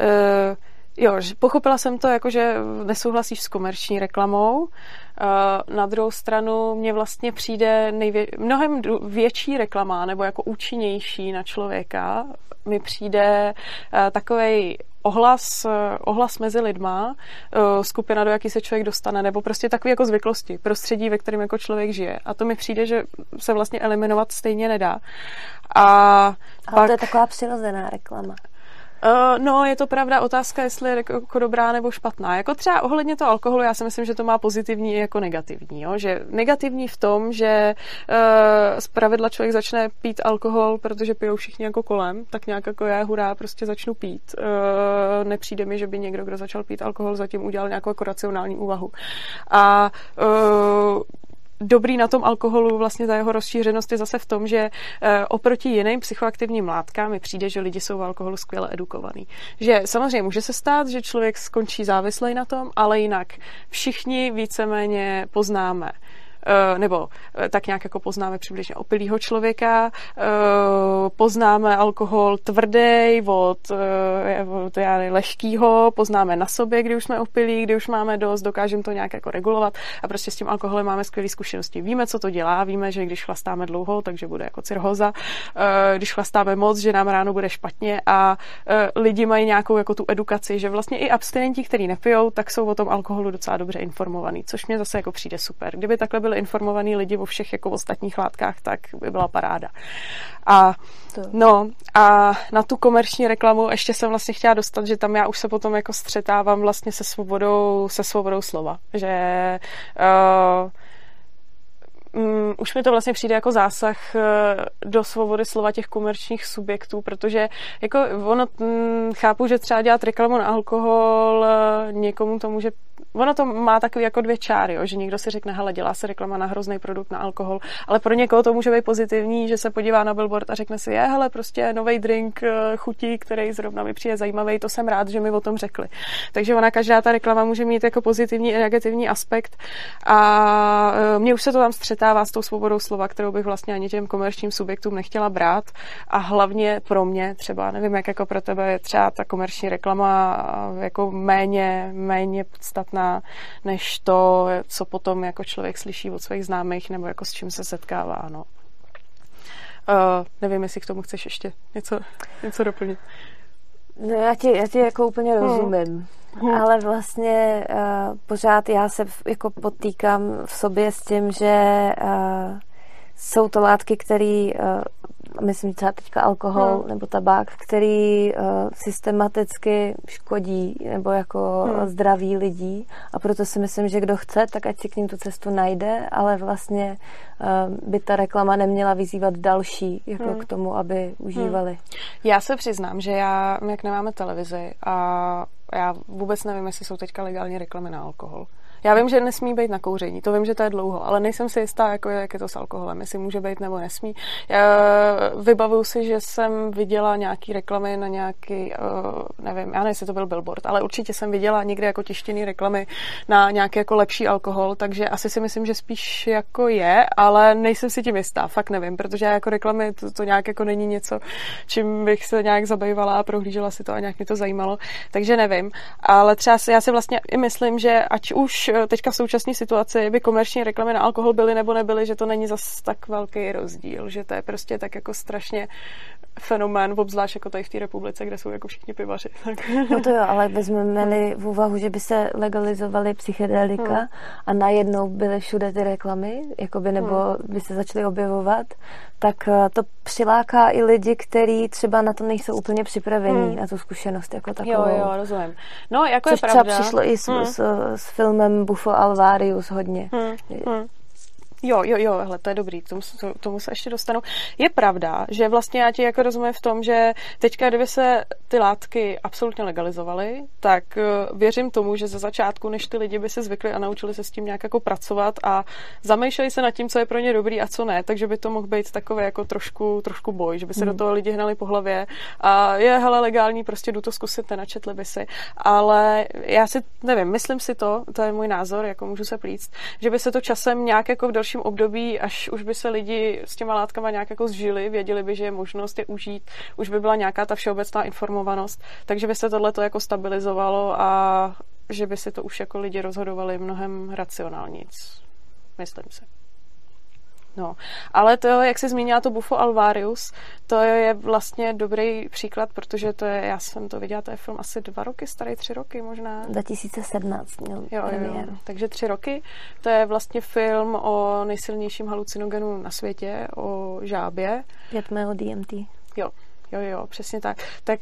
pochopila jsem to jako, že nesouhlasíš s komerční reklamou. Na druhou stranu mně vlastně přijde mnohem větší reklama nebo jako účinnější na člověka. Mi přijde takovej ohlas mezi lidma, skupina, do jaký se člověk dostane, nebo prostě takový jako zvyklosti, prostředí, ve kterém jako člověk žije. A to mi přijde, že se vlastně eliminovat stejně nedá. Ale to je taková přirozená reklama. No, je to pravda, otázka, jestli je jako dobrá nebo špatná. Jako třeba ohledně toho alkoholu, já si myslím, že to má pozitivní i jako negativní. Jo? Že negativní v tom, že zpravidla člověk začne pít alkohol, protože pijou všichni jako kolem, tak nějak jako já hurá prostě začnu pít. Nepřijde mi, že by někdo, kdo začal pít alkohol, zatím udělal nějakou jako racionální úvahu. A dobrý na tom alkoholu, vlastně ta jeho rozšířenost je zase v tom, že oproti jiným psychoaktivním látkám mi přijde, že lidi jsou v alkoholu skvěle edukovaní. Že samozřejmě může se stát, že člověk skončí závislý na tom, ale jinak všichni víceméně poznáme nebo tak nějak jako poznáme přibližně opilýho člověka, poznáme alkohol tvrdý od lehkýho, poznáme na sobě, kdy už jsme opilí, kdy už máme dost, dokážeme to nějak jako regulovat a prostě s tím alkoholem máme skvělé zkušenosti. Víme, co to dělá, víme, že když chlastáme dlouho, takže bude jako cirhóza, když chlastáme moc, že nám ráno bude špatně a lidi mají nějakou jako tu edukaci, že vlastně i abstinenti, kteří nepijou, tak jsou o tom alkoholu docela dobře informovaní, což mě zase jako přijde super. Kdyby takhle byli informovaní lidi o všech jako ostatních látkách, tak by byla paráda. A na tu komerční reklamu ještě jsem vlastně chtěla dostat, že tam já už se potom jako střetávám vlastně se svobodou slova. Že už mi to vlastně přijde jako zásah do svobody slova těch komerčních subjektů, protože jako chápu, že třeba dělat reklamu na alkohol někomu to může. Ono to má takový jako dvě čáry, jo, že někdo si řekne, hele, dělá se reklama na hrozný produkt, na alkohol, ale pro někoho to může být pozitivní, že se podívá na billboard a řekne si, hele, prostě nový drink chutí, který zrovna mi přijde zajímavý, to jsem rád, že mi o tom řekli. Takže každá ta reklama může mít jako pozitivní a negativní aspekt a mně už se to tam střetává s tou svobodou slova, kterou bych vlastně ani těm komerčním subjektům nechtěla brát a hlavně pro mě třeba, nevím, jak jako pro tebe je třeba ta komerční reklama jako méně podstatná než to, co potom jako člověk slyší od svých známých nebo jako s čím se setkává, no. Nevím, jestli k tomu chceš ještě něco doplnit. No já ti jako úplně rozumím, ale vlastně pořád já se jako potýkám v sobě s tím, že jsou to látky, které myslím třeba teďka alkohol nebo tabák, který systematicky škodí nebo jako zdraví lidí, a proto si myslím, že kdo chce, tak ať si k ním tu cestu najde, ale vlastně by ta reklama neměla vyzývat další jako k tomu, aby užívali. Já se přiznám, že jak nemáme televizi a já vůbec nevím, jestli jsou teďka legální reklamy na alkohol. Já vím, že nesmí být na kouření, to vím, že to je dlouho, ale nejsem si jistá, jako jak je to s alkoholem, jestli může být nebo nesmí. Já vybavuju si, že jsem viděla nějaký reklamy na nějaký, nevím, já nevím, jestli to byl billboard, ale určitě jsem viděla někde jako tištěný reklamy na nějaký jako lepší alkohol, takže asi si myslím, že spíš jako je, ale nejsem si tím jistá, fakt nevím, protože jako reklamy to nějak jako není něco, čím bych se nějak zabývala a prohlížela si to a nějak mě to zajímalo, takže nevím, ale třeba já si vlastně i myslím, že ať už teďka v současné situaci by komerční reklamy na alkohol byly nebo nebyly, že to není zas tak velký rozdíl, že to je prostě tak jako strašně fenomén, obzvlášť jako tady v té republice, kde jsou jako všichni pivaři. Tak. No to jo, ale vezmeme-li v úvahu, že by se legalizovaly psychedelika a najednou byly všude ty reklamy, jakoby, nebo by se začaly objevovat, tak to přiláká i lidi, kteří třeba na to nejsou úplně připravení, na tu zkušenost jako takovou. Jo, rozumím. No, jako což je pravda. Třeba přišlo i s filmem Bufo Alvarius hodně. Jo, hele, to je dobrý, k tomu se ještě dostanu. Je pravda, že vlastně já ti jako rozumím v tom, že teďka, kdyby se ty látky absolutně legalizovaly, tak věřím tomu, že ze začátku, než ty lidi by se zvykli a naučili se s tím nějak jako pracovat a zamýšleli se nad tím, co je pro ně dobrý a co ne, takže by to mohl být takový jako trošku boj, že by se do toho lidi hnali po hlavě a je, hele, legální, prostě jdu to zkusit, nenačetli by si, ale já si nevím, myslím si to je můj názor, jako můžu se plíct, že by se to časem nějak jako v dalším období, až už by se lidi s těma látkama nějak jako zžili, věděli by, že je možnost je užít, už by byla nějaká ta všeobecná informovanost, takže by se tohleto jako stabilizovalo a že by si to už jako lidi rozhodovali mnohem racionálnějc. Myslím si. No, ale to, jak jsi zmínila to Bufo Alvarius, to je vlastně dobrý příklad, protože já jsem to viděla, to je film asi 2 roky starý, 3 roky možná. 2017 měl premiéru. Takže 3 roky. To je vlastně film o nejsilnějším halucinogenu na světě, o žábě. 5-meo DMT. Jo, přesně tak. Tak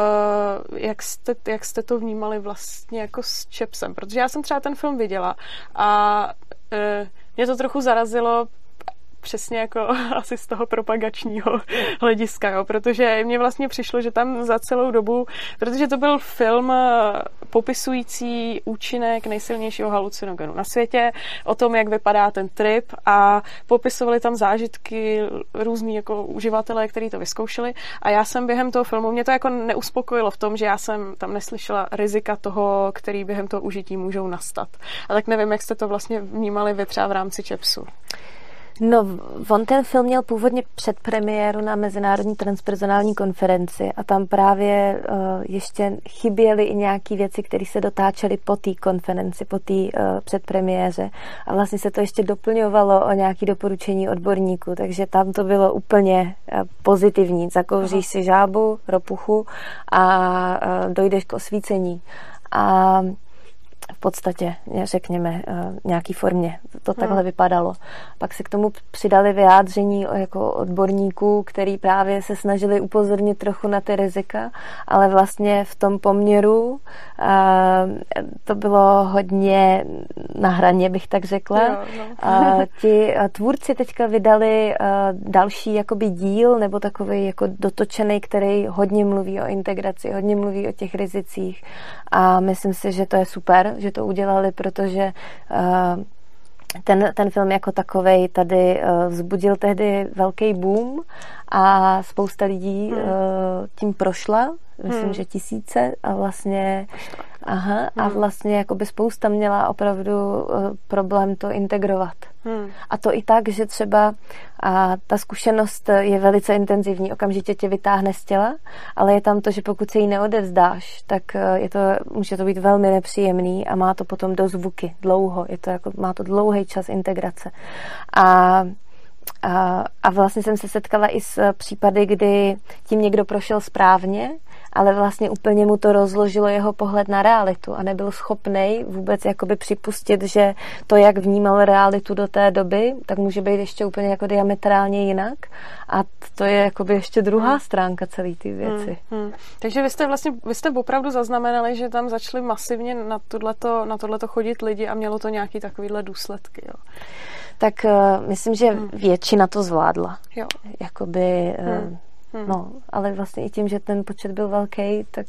jak jste to vnímali vlastně jako s čepsem? Protože já jsem třeba ten film viděla a mě to trochu zarazilo přesně jako asi z toho propagačního hlediska, jo, protože mně vlastně přišlo, že tam za celou dobu, protože to byl film popisující účinek nejsilnějšího halucinogenu na světě, o tom, jak vypadá ten trip a popisovali tam zážitky různý jako uživatelé, kteří to vyzkoušeli a já jsem během toho filmu, mě to jako neuspokojilo v tom, že já jsem tam neslyšela rizika toho, který během toho užití můžou nastat. A tak nevím, jak jste to vlastně vnímali vy třeba v rámci čepsu. No, on ten film měl původně předpremiéru na Mezinárodní transpersonální konferenci a tam právě ještě chyběly i nějaké věci, které se dotáčely po té konferenci, po té předpremiéře a vlastně se to ještě doplňovalo o nějaké doporučení odborníků, takže tam to bylo úplně pozitivní. Zakouříš si žábu, ropuchu a dojdeš k osvícení. A v podstatě, řekněme, nějaký formě. To takhle vypadalo. Pak se k tomu přidali vyjádření jako odborníků, který právě se snažili upozornit trochu na ty rizika, ale vlastně v tom poměru to bylo hodně na hraně, bych tak řekla. Ti tvůrci teďka vydali další jakoby díl, nebo takový jako dotočený, který hodně mluví o integraci, hodně mluví o těch rizicích a myslím si, že to je super, že to udělali, protože ten film jako takovej tady vzbudil tehdy velký boom a spousta lidí tím prošla. Myslím, že tisíce a vlastně a vlastně jakoby spousta měla opravdu problém to integrovat. A to i tak, že třeba ta zkušenost je velice intenzivní, okamžitě tě vytáhne z těla, ale je tam to, že pokud se jí neodevzdáš, tak může to být velmi nepříjemný a má to potom dozvuky dlouho, má to dlouhý čas integrace. A vlastně jsem se setkala i s případy, kdy tím někdo prošel správně ale vlastně úplně mu to rozložilo jeho pohled na realitu a nebyl schopnej vůbec jakoby připustit, že to, jak vnímal realitu do té doby, tak může být ještě úplně jako diametrálně jinak a to je jakoby ještě druhá stránka celé té věci. Takže vy jste opravdu zaznamenali, že tam začali masivně na tohleto chodit lidi a mělo to nějaký takovýhle důsledky, jo? Tak myslím, že většina to zvládla. Jo. Jakoby, no, ale vlastně i tím, že ten počet byl velký, tak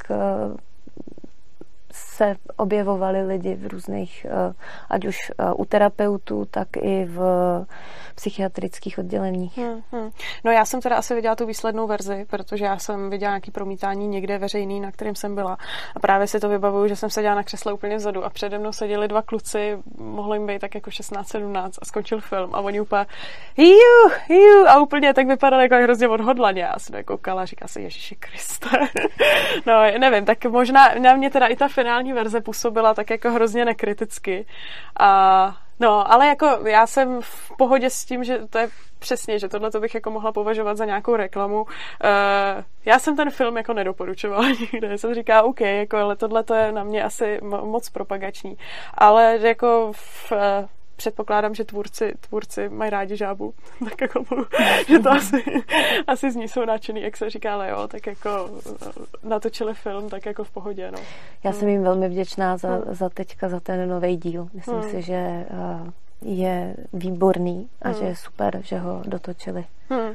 se objevovali lidi v různých, ať už u terapeutů, tak i v psychiatrických odděleních. No já jsem teda asi viděla tu výslednou verzi, protože já jsem viděla nějaký promítání někde veřejný, na kterém jsem byla. A právě si to vybavuju, že jsem seděla na křesle úplně vzadu a přede mnou seděli dva kluci, mohlo jim být tak jako 16-17 a skončil film a oni úplně a úplně tak vypadali jako hrozně odhodlaně. Já jsem jako koukala a říkala si, Ježíši Kriste. No nevím, tak možná na mě teda i ta finální verze působila tak jako hrozně nekriticky. No, ale jako já jsem v pohodě s tím, že to je přesně, že tohle bych jako mohla považovat za nějakou reklamu. Já jsem ten film jako nedoporučovala nikde. Jsem říkala, OK, jako, ale tohle to je na mě asi moc propagační. Ale jako předpokládám, že tvůrci mají rádi žábu. Tak jako, že to asi z ní jsou nadšený, jak se říká, ale jo, tak jako natočili film, tak jako v pohodě, no. Já jsem jim velmi vděčná za teďka, za ten nový díl. Myslím si, že je výborný a že je super, že ho dotočili.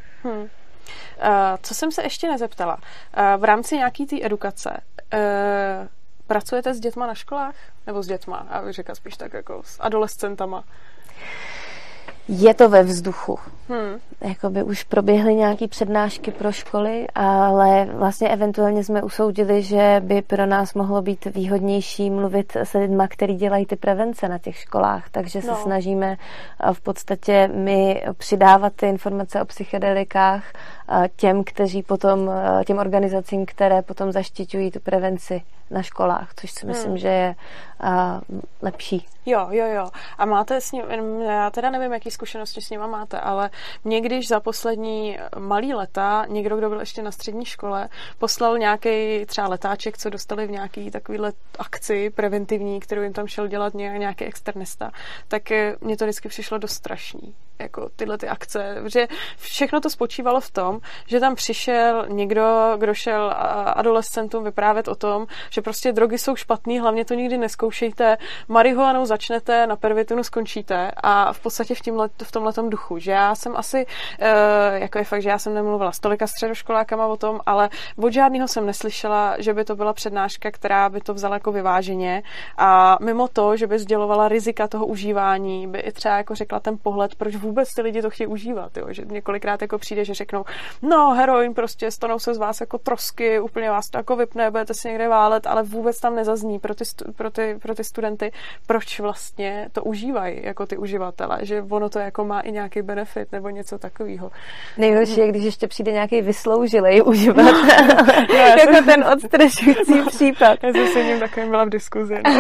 Co jsem se ještě nezeptala? V rámci nějaký té edukace pracujete s dětma na školách? Nebo s dětma? Já bych řekla spíš tak jako s adolescentama. Je to ve vzduchu. Jakoby už proběhly nějaké přednášky pro školy, ale vlastně eventuálně jsme usoudili, že by pro nás mohlo být výhodnější mluvit se lidma, kteří dělají ty prevence na těch školách. Takže se snažíme v podstatě my přidávat ty informace o psychedelikách těm, kteří potom, těm organizacím, které potom zaštiťují tu prevenci na školách, což si myslím, že je lepší. Jo. A máte s ním, já teda nevím, jaký zkušenosti s nima máte, ale mě když za poslední malý leta někdo, kdo byl ještě na střední škole, poslal nějaký třeba letáček, co dostali v nějaký takovýhle akci preventivní, kterou jim tam šel dělat nějaký externista, tak mně to vždycky přišlo dost strašný. Jako tyhle ty akce, že všechno to spočívalo v tom, že tam přišel někdo, kdo šel adolescentům vyprávět o tom, že prostě drogy jsou špatný, hlavně to nikdy neskoušejte, marihuanou začnete, na pervitinu skončíte a v podstatě v tomhletom duchu, že já jsem asi, jako je fakt, že já jsem nemluvila s tolika středoškolákama o tom, ale od žádného jsem neslyšela, že by to byla přednáška, která by to vzala jako vyváženě a mimo to, že by sdělovala rizika toho užívání, by i třeba jako řekla ten pohled, proč vůbec ty lidi to chtějí užívat, jo? Že několikrát jako přijde, že řeknou, no heroin prostě stanou se z vás jako trosky, úplně vás to jako vypne, budete si někde válet, ale vůbec tam nezazní pro ty studenty, proč vlastně to užívají jako ty uživatele, že ono to jako má i nějaký benefit nebo něco takového. Nejhorší je, když ještě přijde nějaký vysloužilej uživatel, jako ten odstrašující případ. Já jsem s ním takovým byla v diskuzi, no,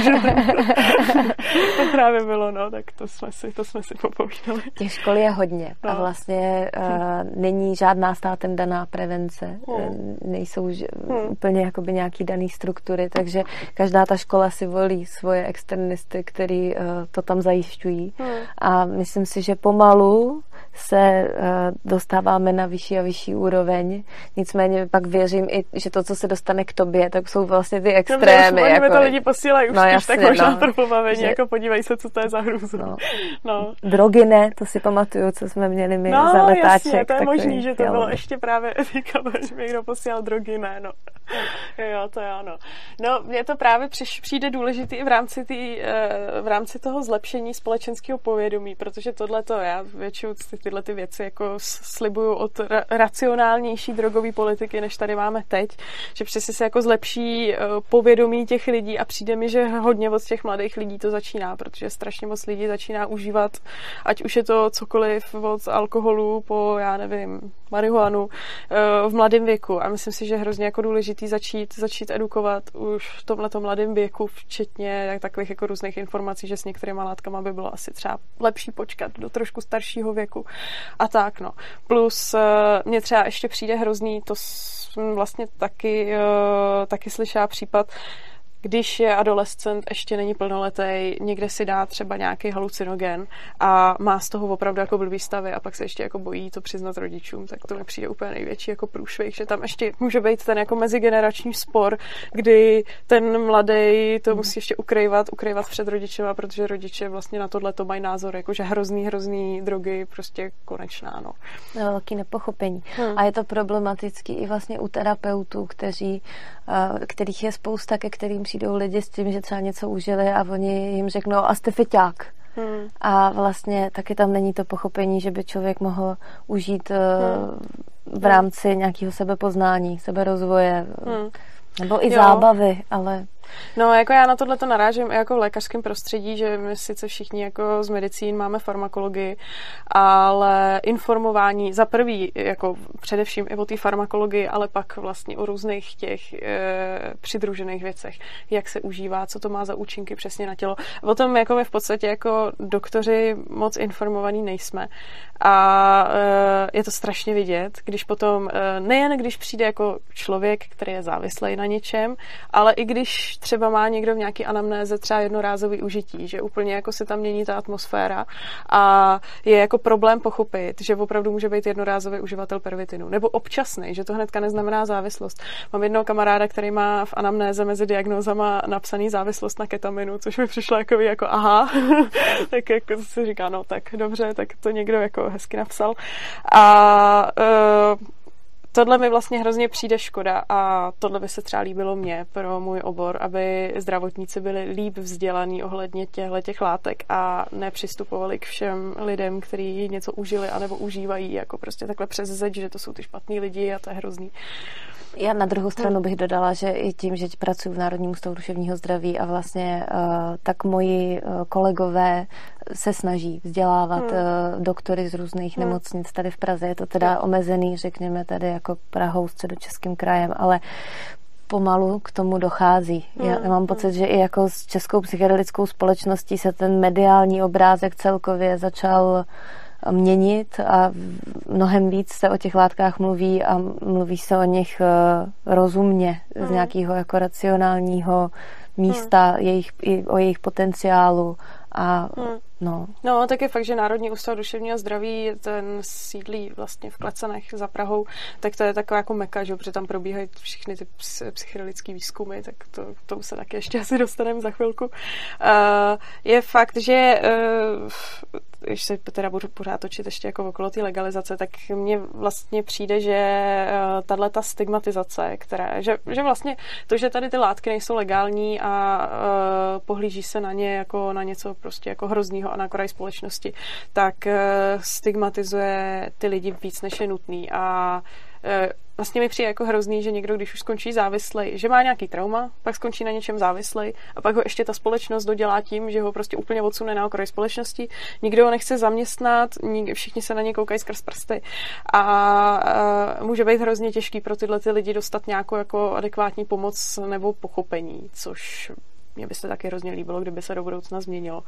to právě bylo, no, tak to jsme si popovídali. Těch škol je hodně a vlastně není žádná státem daná prevence, nejsou úplně jakoby nějaký daný struktury, takže každá ta škola si volí svoje externisty, který to tam zajišťují a myslím si, že pomalu se dostáváme na vyšší a vyšší úroveň, nicméně pak věřím i, že to, co se dostane k tobě, tak jsou vlastně ty extrémy. Oni to lidi posílají už jasně, tak možná pro pobavení, jako podívej se, co to je za hrůzu. No. Drogy ne, to si pamatuju, co jsme měli my za letáček. Jasně, to je možný, že to bylo ještě právě, že mi někdo posílal drogy, ne, no. Jo, to je ano. No, mně to právě přijde důležitý i v rámci toho zlepšení společenského povědomí, protože tohleto, já většinou tyhle ty věci jako slibuju od racionálnější drogové politiky, než tady máme teď, že přesně se jako zlepší povědomí těch lidí a přijde mi, že hodně od těch mladých lidí to začíná, protože strašně moc lidí začíná užívat, ať už je to cokoliv od alkoholu po, já nevím, marihuanu v mladém věku. A myslím si, že je hrozně jako důležitý začít edukovat už v tomhletom mladém věku, včetně takových jako různých informací, že s některýma látkama by bylo asi třeba lepší počkat do trošku staršího věku a tak, no. Plus mně třeba ještě přijde hrozný, to jsem vlastně taky slyšela případ, když je adolescent, ještě není plnoletý, někde si dá třeba nějaký halucinogen a má z toho opravdu jako blbý stavy a pak se ještě jako bojí to přiznat rodičům, tak to mi přijde úplně největší jako průšvih, že tam ještě může být ten jako mezigenerační spor, kdy ten mladý to musí ještě ukrývat před rodičema, protože rodiče vlastně na tohle to mají názor, jako že hrozný drogy, prostě konečná, no. Velký nepochopení. A je to problematický i vlastně u terapeutů, kterých je spousta, ke kterým přijdou lidi s tím, že třeba něco užili a oni jim řeknou, a jste feťák. A vlastně taky tam není to pochopení, že by člověk mohl užít v rámci nějakého sebepoznání, seberozvoje, nebo i zábavy, ale... No, jako já na tohle to narážím i jako v lékařském prostředí, že my sice všichni jako z medicín máme farmakologii, ale informování za prvý, jako především i o té farmakologii, ale pak vlastně o různých těch přidružených věcech, jak se užívá, co to má za účinky přesně na tělo. O tom jako my v podstatě jako doktoři moc informovaní nejsme. A je to strašně vidět, když potom, nejen když přijde jako člověk, který je závislý na něčem, ale i když třeba má někdo v nějaký anamnéze třeba jednorázový užití, že úplně jako se tam mění ta atmosféra a je jako problém pochopit, že opravdu může být jednorázový uživatel pervitinu. Nebo občasný, že to hnedka neznamená závislost. Mám jednoho kamaráda, který má v anamnéze mezi diagnózama napsaný závislost na ketaminu, což mi přišlo jako aha, tak jako se říká, no tak dobře, tak to někdo jako hezky napsal. A tohle mi vlastně hrozně přijde škoda a tohle by se třeba líbilo mně pro můj obor, aby zdravotníci byli líp vzdělaní ohledně těch látek a nepřistupovali k všem lidem, kteří něco užili anebo užívají jako prostě takhle přes zeď, že to jsou ty špatný lidi a to je hrozný. Já na druhou stranu bych dodala, že i tím, že pracuji v Národním ústavu duševního zdraví a vlastně tak moji kolegové se snaží vzdělávat doktory z různých nemocnic tady v Praze. Je to teda omezený, řekněme, tady jako Prahou, Středočeským krajem, ale pomalu k tomu dochází. Já mám pocit, že i jako s Českou psychedelickou společností se ten mediální obrázek celkově začal měnit a mnohem víc se o těch látkách mluví a mluví se o nich rozumně, z nějakého jako racionálního místa, o jejich potenciálu a No, tak je fakt, že Národní ústav duševního zdraví, ten sídlí vlastně v Klecanech za Prahou, tak to je taková jako meka, že? Protože tam probíhají všechny ty psychedelické výzkumy, tak to se taky ještě asi dostaneme za chvilku. Je fakt, že když se teda budu pořád točit ještě jako okolo té legalizace, tak mně vlastně přijde, že tato stigmatizace, že vlastně to, že tady ty látky nejsou legální a pohlíží se na ně jako na něco prostě jako hroznýho a na kraj společnosti, tak stigmatizuje ty lidi víc, než je nutný. A vlastně mi přijde jako hrozný, že někdo, když už skončí závislej, že má nějaký trauma, pak skončí na něčem závislej a pak ho ještě ta společnost dodělá tím, že ho prostě úplně odsune na okraj společnosti. Nikdo ho nechce zaměstnat, všichni se na ně koukají skrz prsty a může být hrozně těžký pro tyhle ty lidi dostat nějakou jako adekvátní pomoc nebo pochopení, což mě by se taky hrozně líbilo, kdyby se do budoucna změnilo.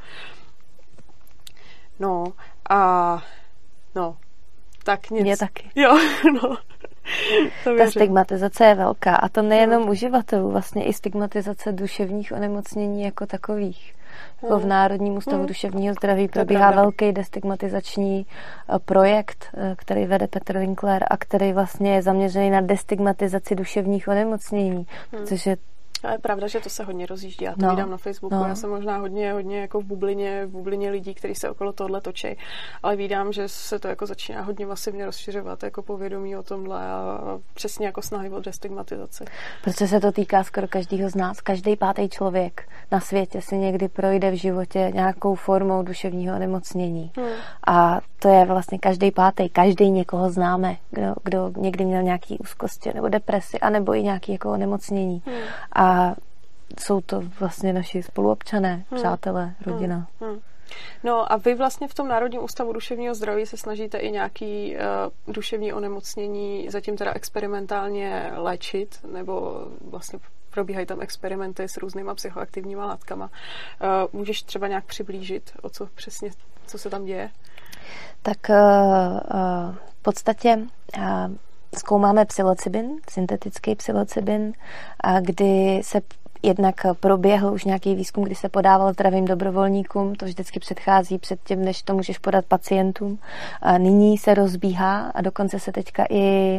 Tak nic. Mě taky. Jo, no. Ta stigmatizace je velká a to nejenom uživatelů, vlastně i stigmatizace duševních onemocnění jako takových. Jako v Národním ústavu duševního zdraví probíhá velký destigmatizační projekt, který vede Petr Winkler a který vlastně je zaměřený na destigmatizaci duševních onemocnění, protože a je pravda, že to se hodně rozjíždí. Já to vidím na Facebooku. Já jsem možná hodně jako v bublině lidí, kteří se okolo tohle točí, ale vídám, že se to jako začíná hodně masivně rozšiřovat, jako povědomí o tomhle a přesně jako snahy o destigmatizaci. Protože se to týká skoro každého z nás. Každý pátý člověk na světě si někdy projde v životě nějakou formou duševního onemocnění. A to je vlastně každý pátý. Každý někoho známe, kdo někdy měl nějaký úzkosti nebo depresi, anebo i nějaké jako onemocnění. A jsou to vlastně naši spoluobčané, přátelé, rodina. No a vy vlastně v tom Národním ústavu duševního zdraví se snažíte i nějaký duševní onemocnění zatím teda experimentálně léčit, nebo vlastně probíhají tam experimenty s různýma psychoaktivníma látkama. Můžeš třeba nějak přiblížit, co se tam děje? Tak v podstatě zkoumáme psilocybin, syntetický psilocybin, kdy se jednak proběhl už nějaký výzkum, kdy se podával zdravým dobrovolníkům, to vždycky předchází před tím, než to můžeš podat pacientům. Nyní se rozbíhá a dokonce se teďka i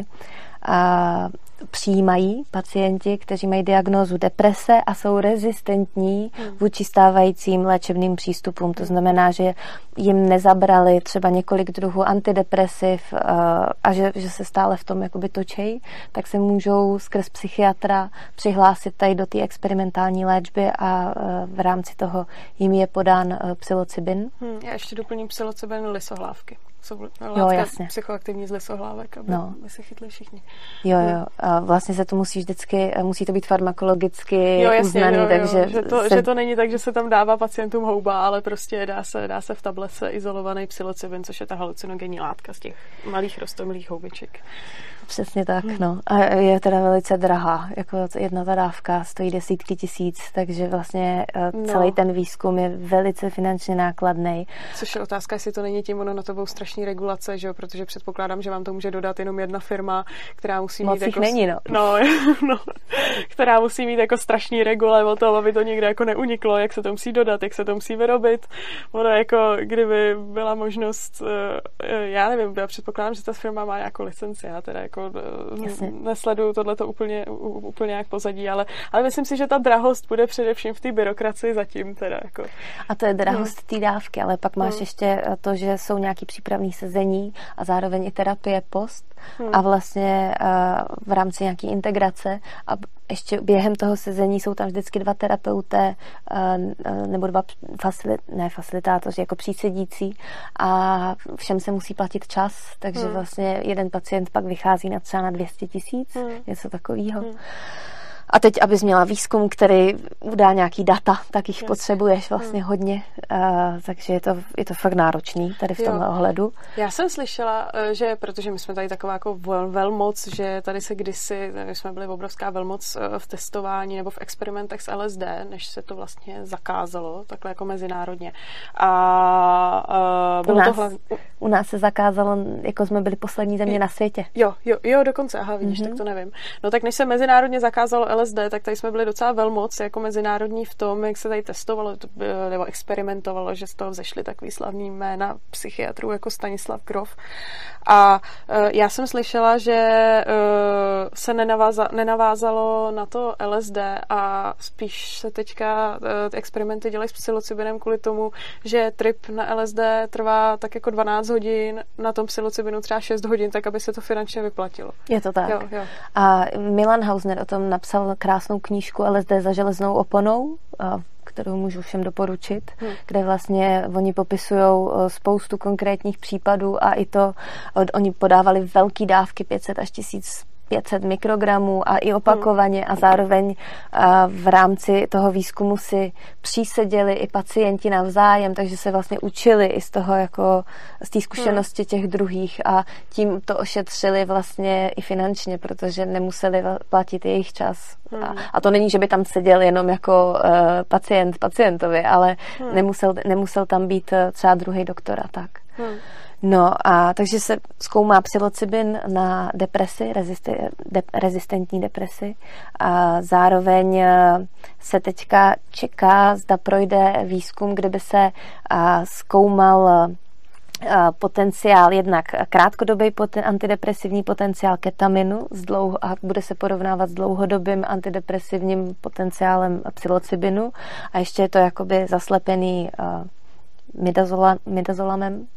přijímají pacienti, kteří mají diagnózu deprese a jsou rezistentní vůči stávajícím léčebným přístupům. To znamená, že jim nezabrali třeba několik druhů antidepresiv a že se stále v tom jakoby točejí, tak se můžou skrz psychiatra přihlásit tady do té experimentální léčby a v rámci toho jim je podán psilocybin. Já ještě doplním psilocybin lisohlávky. Jsou jasně. Psychoaktivní z lisohlávek, aby se chytli všichni. Jo. A vlastně se to musí to být farmakologicky uznaný, takže... Že to není tak, že se tam dává pacientům houba, ale prostě dá se v tablece izolovaný psilocybin, což je ta halucinogenní látka z těch malých roztomilých houbiček. Přesně tak, no. A je teda velice drahá, jako jedna ta dávka stojí desítky tisíc, takže vlastně celý ten výzkum je velice finančně nákladný. Což je otázka, jestli to není tím, ono na to budou strašní regulace, že jo, protože předpokládám, že vám to může dodat jenom jedna firma, která musí mít jako... není, která musí mít jako strašný regule o to, aby to někde jako neuniklo, jak se to musí dodat, jak se to musí vyrobit. Ono jako, kdyby byla možnost, já nevím, já předpokládám, že ta firma má nějakou licenci, já teda jako nesleduju tohleto úplně jak pozadí, ale myslím si, že ta drahost bude především v té byrokracii zatím teda jako. A to je drahost té dávky, ale pak máš ještě to, že jsou nějaký přípravný sezení a zároveň i terapie post a vlastně v rámci nějaký integrace a ještě během toho sezení jsou tam vždycky dva terapeuté nebo dva facilitátoři jako přísedící a všem se musí platit čas, takže vlastně jeden pacient pak vychází třeba na 200 000, něco takového. A teď, abys měla výzkum, který udá nějaký data, tak jich potřebuješ vlastně hodně, takže je to fakt náročný tady v tomhle ohledu. Já jsem slyšela, že protože my jsme tady taková jako velmoc, že tady se kdysi, my jsme byli obrovská velmoc v testování nebo v experimentech s LSD, než se to vlastně zakázalo, takhle jako mezinárodně. A u nás se zakázalo, jako jsme byli poslední země na světě. Jo, dokonce, vidíš, tak to nevím. No tak než se mezinárodně zakázalo LSD, tak tady jsme byli docela velmoc jako mezinárodní v tom, jak se tady testovalo nebo experimentovalo, že z toho vzešly takový slavný jména psychiatrů jako Stanislav Grof. A já jsem slyšela, že se nenavázalo na to LSD a spíš se teďka ty experimenty dělají s psilocybinem kvůli tomu, že trip na LSD trvá tak jako 12 hodin, na tom psilocybinu třeba 6 hodin, tak aby se to finančně vyplatilo. Je to tak. Jo. A Milan Hausner o tom napsal krásnou knížku LSD za železnou oponou, kterou můžu všem doporučit, kde vlastně oni popisují spoustu konkrétních případů a i to, oni podávali velký dávky 500 až 1500 mikrogramů a i opakovaně a zároveň v rámci toho výzkumu si příseděli i pacienti navzájem, takže se vlastně učili i z toho jako z té zkušenosti těch druhých a tím to ošetřili vlastně i finančně, protože nemuseli platit jejich čas. A to není, že by tam seděl jenom jako pacient pacientovi, ale nemusel tam být třeba druhý doktor a tak. No a takže se zkoumá psilocybin na depresi, rezistentní depresi a zároveň se teďka čeká, zda projde výzkum, kde by se zkoumal potenciál, jednak krátkodobý antidepresivní potenciál ketaminu a bude se porovnávat s dlouhodobým antidepresivním potenciálem psilocybinu a ještě je to jakoby zaslepený midazolamem.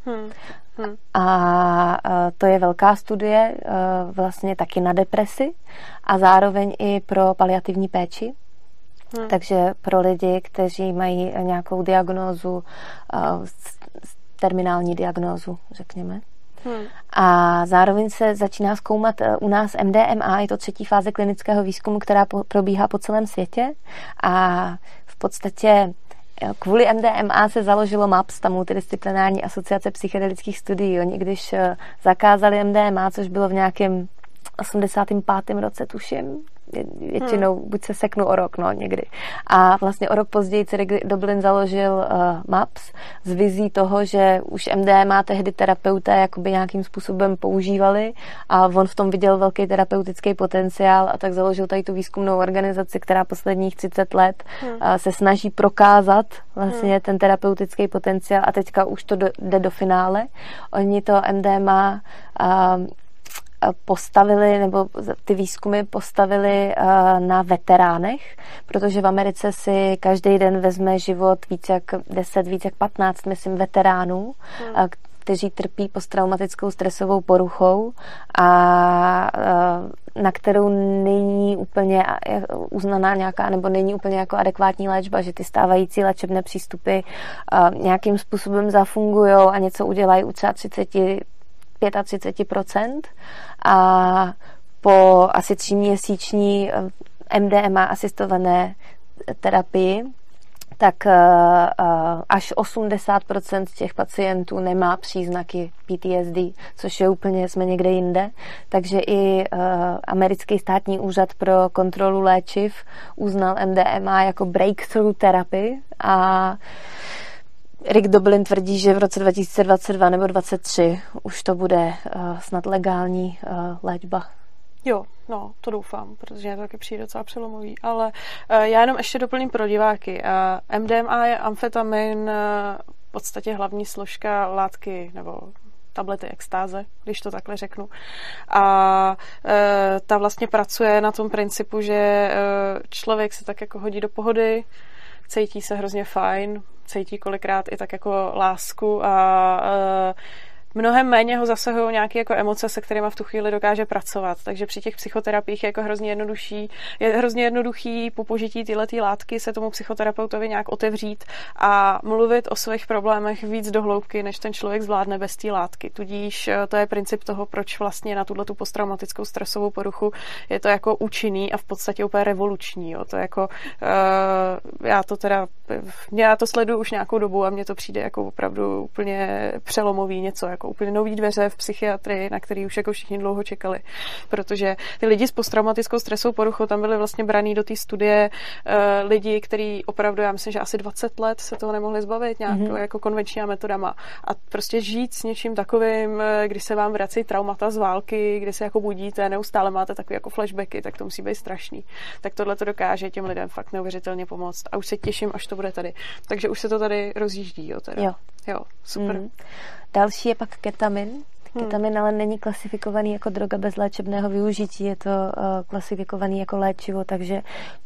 A to je velká studie vlastně taky na depresi a zároveň i pro paliativní péči. Takže pro lidi, kteří mají nějakou diagnózu, terminální diagnózu, řekněme. A zároveň se začíná zkoumat u nás MDMA, je to 3. fáze klinického výzkumu, která probíhá po celém světě a v podstatě kvůli MDMA se založilo MAPS, ta multidisciplinární asociace psychedelických studií. Oni když zakázali MDMA, což bylo v nějakém 85. roce, tuším, většinou buď se seknu o rok, no někdy. A vlastně o rok později Rick Doblin založil MAPS s vizí toho, že už MDMA tehdy terapeuté jakoby nějakým způsobem používali a on v tom viděl velký terapeutický potenciál a tak založil tady tu výzkumnou organizaci, která posledních 30 let se snaží prokázat vlastně ten terapeutický potenciál a teďka už to jde do finále. Oni to MDMA postavili, nebo ty výzkumy postavili na veteránech, protože v Americe si každý den vezme život víc jak 10, víc jak 15, myslím, veteránů, kteří trpí posttraumatickou stresovou poruchou a na kterou není úplně uznaná nějaká, nebo není úplně jako adekvátní léčba, že ty stávající léčebné přístupy nějakým způsobem zafungujou a něco udělají u třeba 35% a po asi 3měsíční MDMA asistované terapii tak až 80% těch pacientů nemá příznaky PTSD, což je úplně, jsme někde jinde. Takže i americký státní úřad pro kontrolu léčiv uznal MDMA jako breakthrough terapii a Rick Doblin tvrdí, že v roce 2022 nebo 2023 už to bude snad legální léčba. Jo, no, to doufám, protože to taky přijde docela přelomový. Ale já jenom ještě doplním pro diváky. MDMA je amfetamin, v podstatě hlavní složka látky nebo tablety extáze, když to takhle řeknu. A ta vlastně pracuje na tom principu, že člověk se tak jako hodí do pohody, cítí se hrozně fajn, cítí kolikrát i tak jako lásku a mnohem méně ho zasahují nějaké jako emoce, se kterými v tu chvíli dokáže pracovat. Takže při těch psychoterapiích je jako hrozně jednoduchý po požití tyhletý látky se tomu psychoterapeutovi nějak otevřít a mluvit o svých problémech víc do hloubky, než ten člověk zvládne bez té látky. Tudíž to je princip toho, proč vlastně na tuhletu posttraumatickou stresovou poruchu je to jako účinný a v podstatě úplně revoluční. Jo. To jako, já to sleduju už nějakou dobu a mně to přijde jako opravdu úplně přelomový něco, jako úplně nový dveře v psychiatrii, na který už jako všichni dlouho čekali. Protože ty lidi s posttraumatickou stresovou poruchou tam byli vlastně braný do té studie lidi, kteří opravdu, já myslím, že asi 20 let se toho nemohli zbavit nějak jako konvenčníma metodama. A prostě žít s něčím takovým, kdy se vám vrací traumata z války, kdy se jako budíte, neustále máte takové jako flashbacky, tak to musí být strašný. Tak tohle to dokáže těm lidem fakt neuvěřitelně pomoct. A už se těším, až to bude tady. Takže už se to tady rozjíždí, jo, teda. Jo, super. Další je pak ketamin. Ketamin ale není klasifikovaný jako droga bez léčebného využití, je to klasifikovaný jako léčivo, takže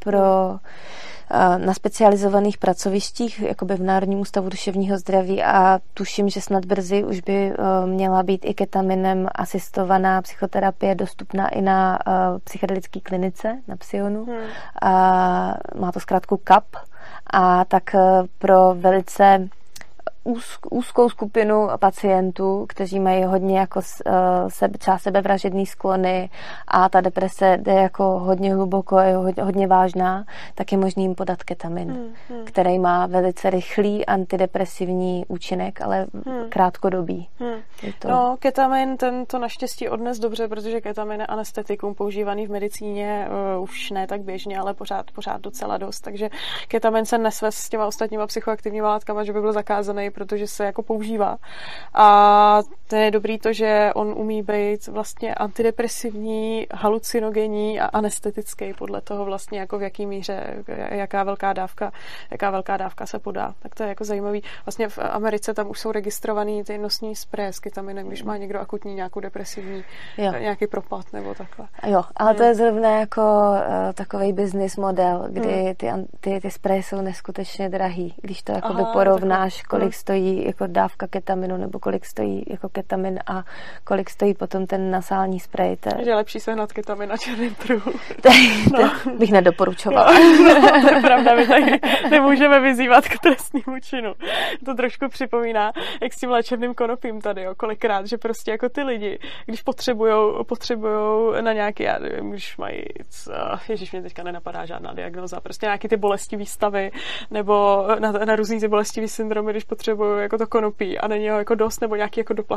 na specializovaných pracovištích, jakoby v Národním ústavu duševního zdraví a tuším, že snad brzy už by měla být i ketaminem asistovaná psychoterapie dostupná i na psychedelické klinice, na Psionu. Má to zkrátku CAP a tak pro velice úzkou skupinu pacientů, kteří mají hodně jako třeba sebevražedný sklony a ta deprese jde jako hodně hluboko, je hodně vážná, tak je možný jim podat ketamin, který má velice rychlý antidepresivní účinek, ale krátkodobý. No, ketamin, ten to naštěstí odnes dobře, protože ketamin je anestetikum používaný v medicíně už ne tak běžně, ale pořád docela dost, takže ketamin se nesvez s těma ostatníma psychoaktivníma látkama, že by byl zakázaný, protože se jako používá. A to je dobrý to, že on umí být vlastně antidepresivní, halucinogenní a anestetický podle toho vlastně jako v jaký míře, jaká velká dávka se podá. Tak to je jako zajímavý. Vlastně v Americe tam už jsou registrovaný ty nosní spreje s ketaminem, když má někdo akutní nějakou depresivní nějaký propad nebo takhle. Jo, ale to je zrovna jako takovej business model, kdy ty spreje jsou neskutečně drahý, když to jako porovnáš, kolik stojí jako dávka ketaminu nebo kolik stojí jako ketamin a kolik stojí potom ten nasální sprej. Takže je lepší sehnat ketamin na černém trhu. To bych nedoporučovala. To je pravda, my tady nemůžeme vyzývat k trestnému činu. To trošku připomíná, jak s tím léčebným konopím tady, jo, kolikrát, že prostě jako ty lidi, když potřebujou na nějaký, já nevím, když mají, ježiš, mě teďka nenapadá žádná diagnóza, prostě nějaký ty bolestivý stavy nebo na různý ty bolestivý syndromy, když potřebují jako to konopí a není ho jako dost, nebo nějaký jako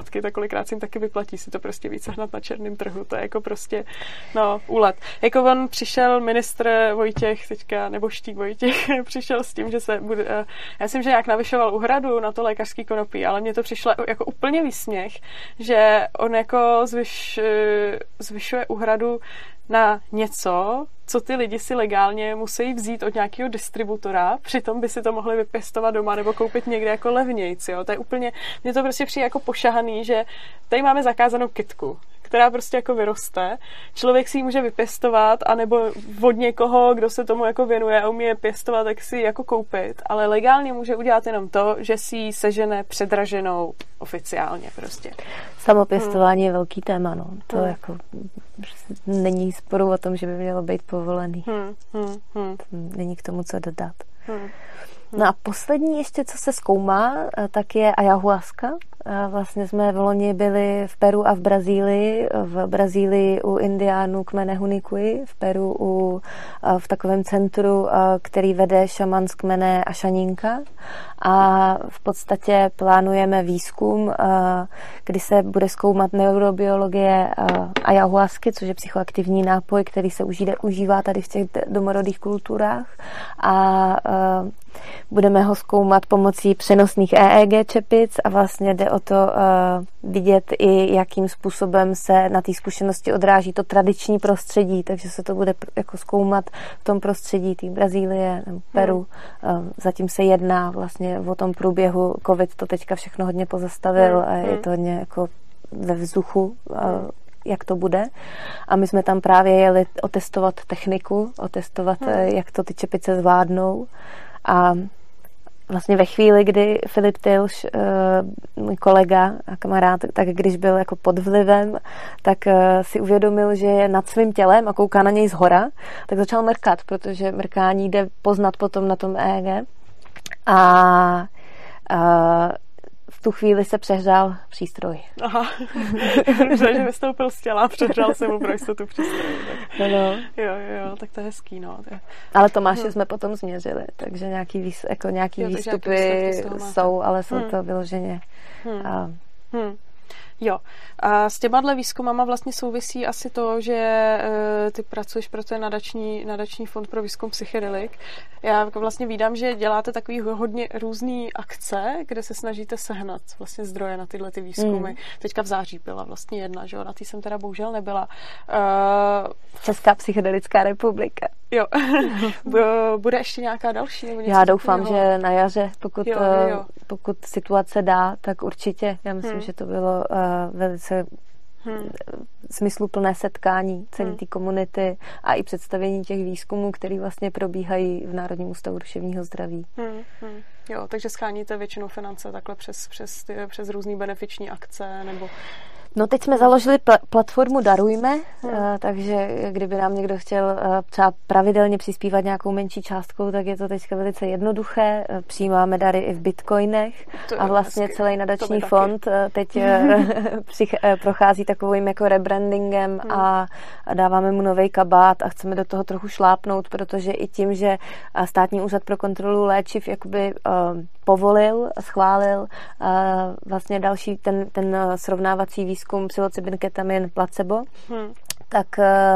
látky, tak kolikrát si jim taky vyplatí si to prostě víc sehnat na černém trhu. To je jako prostě, no, úlet. Jako on přišel ministr Vojtěch teďka, nebo Štík Vojtěch, přišel s tím, že se bude, já myslím, že nějak navyšoval úhradu na to lékařský konopí, ale mně to přišlo jako úplně výsměch, že on jako zvyšuje úhradu na něco, co ty lidi si legálně musí vzít od nějakého distributora, přitom by si to mohli vypěstovat doma nebo koupit někde jako levnějc, jo. To je úplně, mně to prostě přijde jako pošahaný, že tady máme zakázanou kytku, která prostě jako vyroste. Člověk si ji může vypěstovat, anebo od někoho, kdo se tomu jako věnuje a umí je pěstovat, tak si ji jako koupit, ale legálně může udělat jenom to, že si ji sežene předraženou oficiálně prostě. Samopěstování je velký téma, no. To jako není sporu o tom, že by mělo být povolený. Není k tomu co dodat. No a poslední ještě, co se zkoumá, tak je ayahuasca. Vlastně jsme v loni byli v Peru a v Brazílii. V Brazílii u indiánů kmene Hunikui, v Peru v takovém centru, který vede šaman z kmene Ašaninka. A v podstatě plánujeme výzkum, kdy se bude zkoumat neurobiologie ayahuasky, což je psychoaktivní nápoj, který se užívá tady v těch domorodých kulturách. A budeme ho zkoumat pomocí přenosných EEG čepic a vlastně jde o to vidět i, jakým způsobem se na té zkušenosti odráží to tradiční prostředí, takže se to bude jako zkoumat v tom prostředí té Brazílie nebo Peru. Zatím se jedná vlastně o tom průběhu. Covid to teďka všechno hodně pozastavil a je to hodně jako ve vzduchu, jak to bude. A my jsme tam právě jeli otestovat techniku, otestovat, jak to ty čepice zvládnou. A vlastně ve chvíli, kdy Filip Tilš, můj kolega a kamarád, tak když byl jako pod vlivem, tak si uvědomil, že je nad svým tělem a kouká na něj zhora, tak začal mrkat, protože mrkání jde poznat potom na tom EEG. A v tu chvíli se přehřál přístroj. Aha, že vystoupil z těla a přehřál se mu pro jistotu přístroj. Tak. No. Jo, tak to je hezký, no. Ale Tomáše jsme potom změřili, takže nějaký výstupy jsou, ale jsou to vyloženě... Jo. A s těmahle výzkumama vlastně souvisí asi to, že ty pracuješ pro ten nadační fond pro výzkum psychedelik. Já vlastně vídám, že děláte takový hodně různý akce, kde se snažíte sehnat vlastně zdroje na tyhle ty výzkumy. Teďka v září byla vlastně jedna, že jo? Na té jsem teda bohužel nebyla. Česká psychedelická republika. Jo. Bude ještě nějaká další? Nebo Já doufám, že na jaře, pokud situace dá, tak určitě. Já myslím, že to bylo velice smysluplné setkání celé té komunity a i představení těch výzkumů, které vlastně probíhají v Národním ústavu duševního zdraví. Jo, takže scháníte většinou finance takhle přes různý benefiční akce nebo... No teď jsme založili platformu Darujme, takže kdyby nám někdo chtěl třeba pravidelně přispívat nějakou menší částkou, tak je to teďka velice jednoduché. Přijímáme dary i v bitcoinech a vlastně celý nadační fond teď prochází takovým jako rebrandingem a dáváme mu nový kabát a chceme do toho trochu šlápnout, protože i tím, že Státní úřad pro kontrolu léčiv jakoby povolil, schválil vlastně další ten srovnávací výzkum psilocybin, ketamin, placebo, tak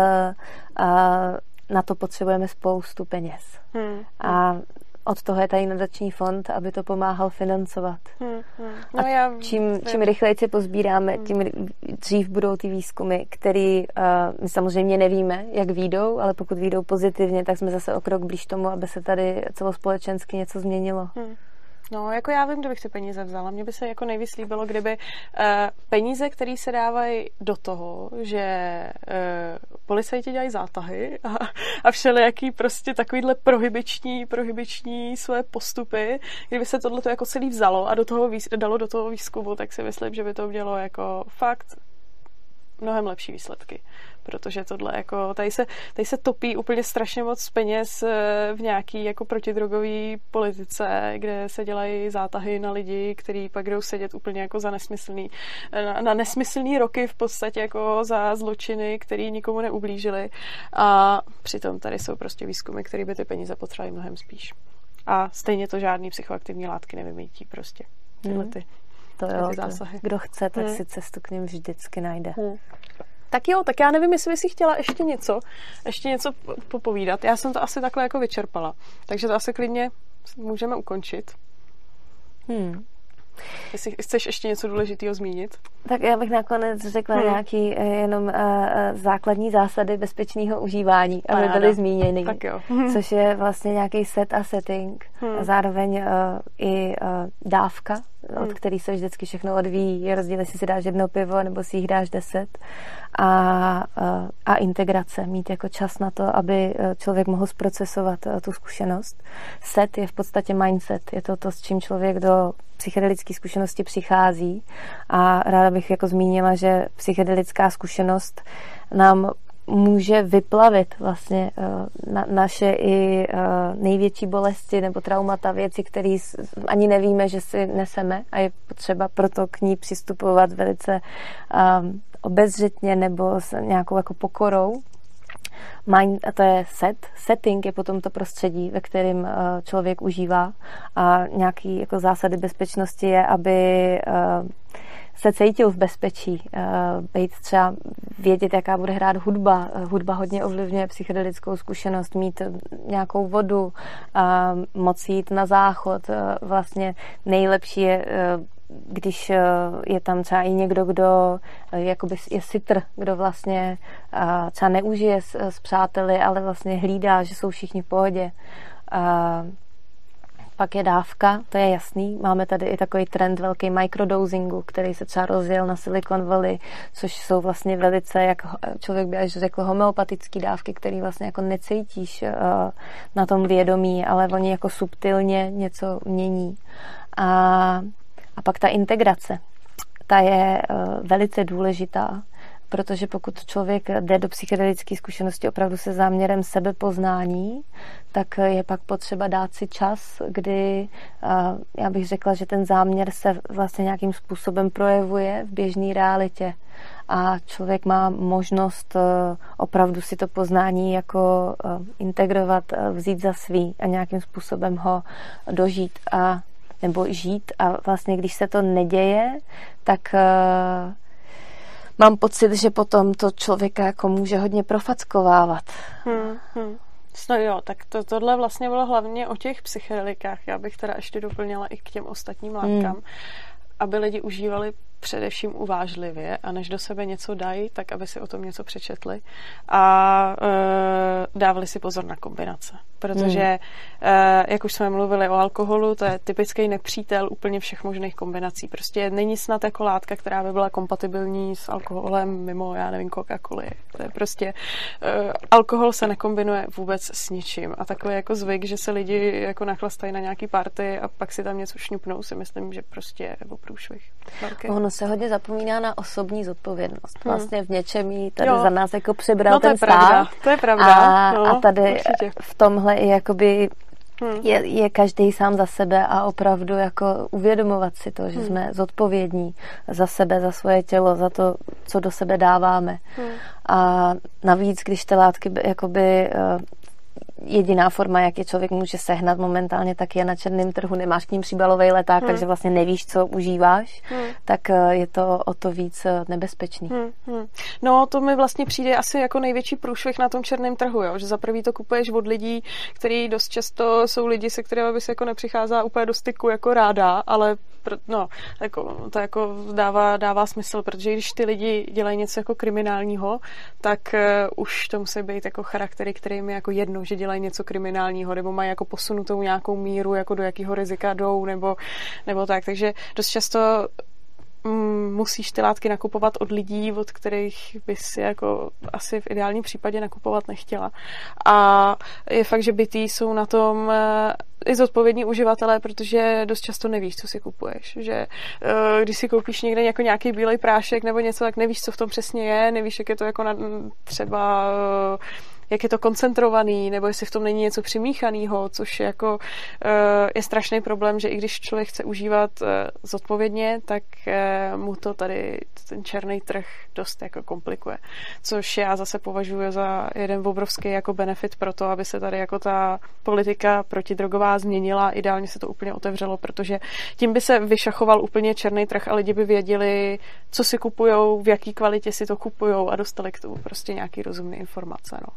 na to potřebujeme spoustu peněz. A od toho je tady nadační fond, aby to pomáhal financovat. No čím rychleji se pozbíráme, tím dřív budou ty výzkumy, které my samozřejmě nevíme, jak vyjdou, ale pokud vyjdou pozitivně, tak jsme zase o krok blíž tomu, aby se tady celospolečensky něco změnilo. No, jako já vím, kde bych ty peníze vzala. Mně by se jako nejvíc líbilo, kdyby peníze, které se dávají do toho, že policajti dělají zátahy a všelijaký prostě takovýhle prohibiční svoje postupy, kdyby se tohleto jako celý vzalo a dalo do toho výzkumu, tak si myslím, že by to mělo jako fakt mnohem lepší výsledky. Protože tohle jako, tady se topí úplně strašně moc peněz v nějaký jako protidrogový politice, kde se dělají zátahy na lidi, kteří pak jdou sedět úplně jako za na nesmyslný roky v podstatě jako za zločiny, který nikomu neublížili. A přitom tady jsou prostě výzkumy, které by ty peníze potřebovaly mnohem spíš. A stejně to žádný psychoaktivní látky nevymítí prostě. Tyhle ty. to, jo. Kdo chce, tak si cestu k nim vždycky najde. Tak jo, tak já nevím, jestli jsi chtěla ještě něco popovídat. Já jsem to asi takhle jako vyčerpala. Takže to asi klidně můžeme ukončit. Jestli chceš ještě něco důležitého zmínit? Tak já bych nakonec řekla nějaký jenom základní zásady bezpečného užívání, aby byly zmíněny. Tak jo. Což je vlastně nějaký set a setting. A zároveň i dávka, od který se vždycky všechno odvíjí. Je rozdíl, jestli si dáš jedno pivo, nebo si jich dáš 10. A integrace. Mít jako čas na to, aby člověk mohl zprocesovat tu zkušenost. Set je v podstatě mindset. Je to, s čím člověk do psychedelické zkušenosti přichází. A ráda bych jako zmínila, že psychedelická zkušenost nám může vyplavit vlastně naše i největší bolesti nebo traumata, věci, které ani nevíme, že si neseme a je potřeba proto k ní přistupovat velice obezřetně nebo s nějakou jako pokorou. Mind, a to je setting je potom to prostředí, ve kterém člověk užívá a nějaký jako zásady bezpečnosti je, aby se cítil v bezpečí, být třeba vědět, jaká bude hrát hudba. Hudba hodně ovlivňuje psychedelickou zkušenost, mít nějakou vodu, moci jít na záchod. Vlastně nejlepší je, když je tam třeba i někdo, kdo jakoby je sitr, kdo vlastně třeba neužije s přáteli, ale vlastně hlídá, že jsou všichni v pohodě. Pak je dávka, to je jasný. Máme tady i takový trend velký microdosingu, který se třeba rozjel na Silicon Valley, což jsou vlastně velice, jak člověk by až řekl, homeopatické dávky, které vlastně jako necítíš na tom vědomí, ale oni jako subtilně něco mění. A pak ta integrace, ta je velice důležitá, protože pokud člověk jde do psychedelické zkušenosti opravdu se záměrem sebepoznání, tak je pak potřeba dát si čas, kdy já bych řekla, že ten záměr se vlastně nějakým způsobem projevuje v běžné realitě a člověk má možnost opravdu si to poznání jako integrovat, vzít za svý a nějakým způsobem ho dožít nebo žít a vlastně když se to neděje, tak mám pocit, že potom to člověka jako může hodně profackovávat. No jo, tak tohle vlastně bylo hlavně o těch psychedelikách. Já bych teda ještě doplnila i k těm ostatním látkám, aby lidi užívali především uvážlivě a než do sebe něco dají, tak aby si o tom něco přečetli a dávali si pozor na kombinace. Protože, jak už jsme mluvili o alkoholu, to je typický nepřítel úplně všech možných kombinací. Prostě není snad jako látka, která by byla kompatibilní s alkoholem mimo, já nevím, Coca-Coly. To je prostě, alkohol se nekombinuje vůbec s ničím. A takový jako zvyk, že se lidi jako nachlastají na nějaký party a pak si tam něco šňupnou, si myslím, že prostě je o průšvih. Ono se hodně zapomíná na osobní zodpovědnost. Vlastně v něčem jí tady za nás jako přebral ten stát. To je pravda. A tady určitě. V tomhle i jakoby je každý sám za sebe a opravdu jako uvědomovat si to, že jsme zodpovědní za sebe, za svoje tělo, za to, co do sebe dáváme. A navíc, když ty látky jakoby jediná forma, jak je člověk může sehnat momentálně, tak je na černém trhu, nemáš k ním příbalový leták, takže vlastně nevíš, co užíváš, tak je to o to víc nebezpečný. No, to mi vlastně přijde asi jako největší průšvih na tom černém trhu, jo? Že za prvý to kupuješ od lidí, kteří dost často jsou lidi, se kterými by se jako nepřicházela úplně do styku jako ráda, ale to jako dává smysl, protože když ty lidi dělají něco jako kriminálního, tak už to musí být jako charaktery, kterým je jako jedno, že dělají něco kriminálního, nebo mají jako posunutou nějakou míru, jako do jakého rizika jdou, nebo tak. Takže dost často musíš ty látky nakupovat od lidí, od kterých bys jako asi v ideálním případě nakupovat nechtěla. A je fakt, že bytí jsou na tom i zodpovědní uživatelé, protože dost často nevíš, co si kupuješ. Že když si koupíš někde jako nějaký bílej prášek nebo něco, tak nevíš, co v tom přesně je, nevíš, jak je to jako třeba jak je to koncentrovaný, nebo jestli v tom není něco přimíchaného, což jako je strašný problém, že i když člověk chce užívat zodpovědně, tak mu to tady ten černý trh dost jako komplikuje. Což já zase považuji za jeden obrovský jako benefit pro to, aby se tady jako ta politika protidrogová změnila, ideálně se to úplně otevřelo, protože tím by se vyšachoval úplně černý trh a lidi by věděli, co si kupujou, v jaký kvalitě si to kupujou a dostali k tomu prostě nějaký rozumný informace, no.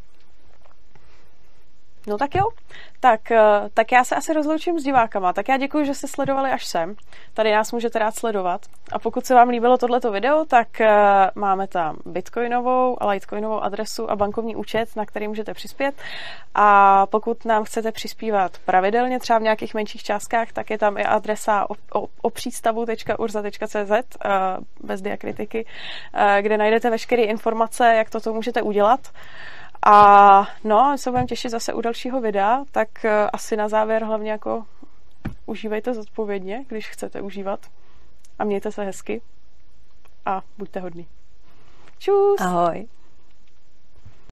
No tak jo, tak já se asi rozloučím s divákama. Tak já děkuji, že jste sledovali až sem. Tady nás můžete rád sledovat. A pokud se vám líbilo tohleto video, tak máme tam bitcoinovou a litecoinovou adresu a bankovní účet, na který můžete přispět. A pokud nám chcete přispívat pravidelně, třeba v nějakých menších částkách, tak je tam i adresa opřístavu.urza.cz bez diakritiky, kde najdete veškeré informace, jak toto můžete udělat. A no, se budeme těšit zase u dalšího videa, tak asi na závěr hlavně jako užívejte zodpovědně, když chcete užívat. A mějte se hezky a buďte hodní. Čus! Ahoj.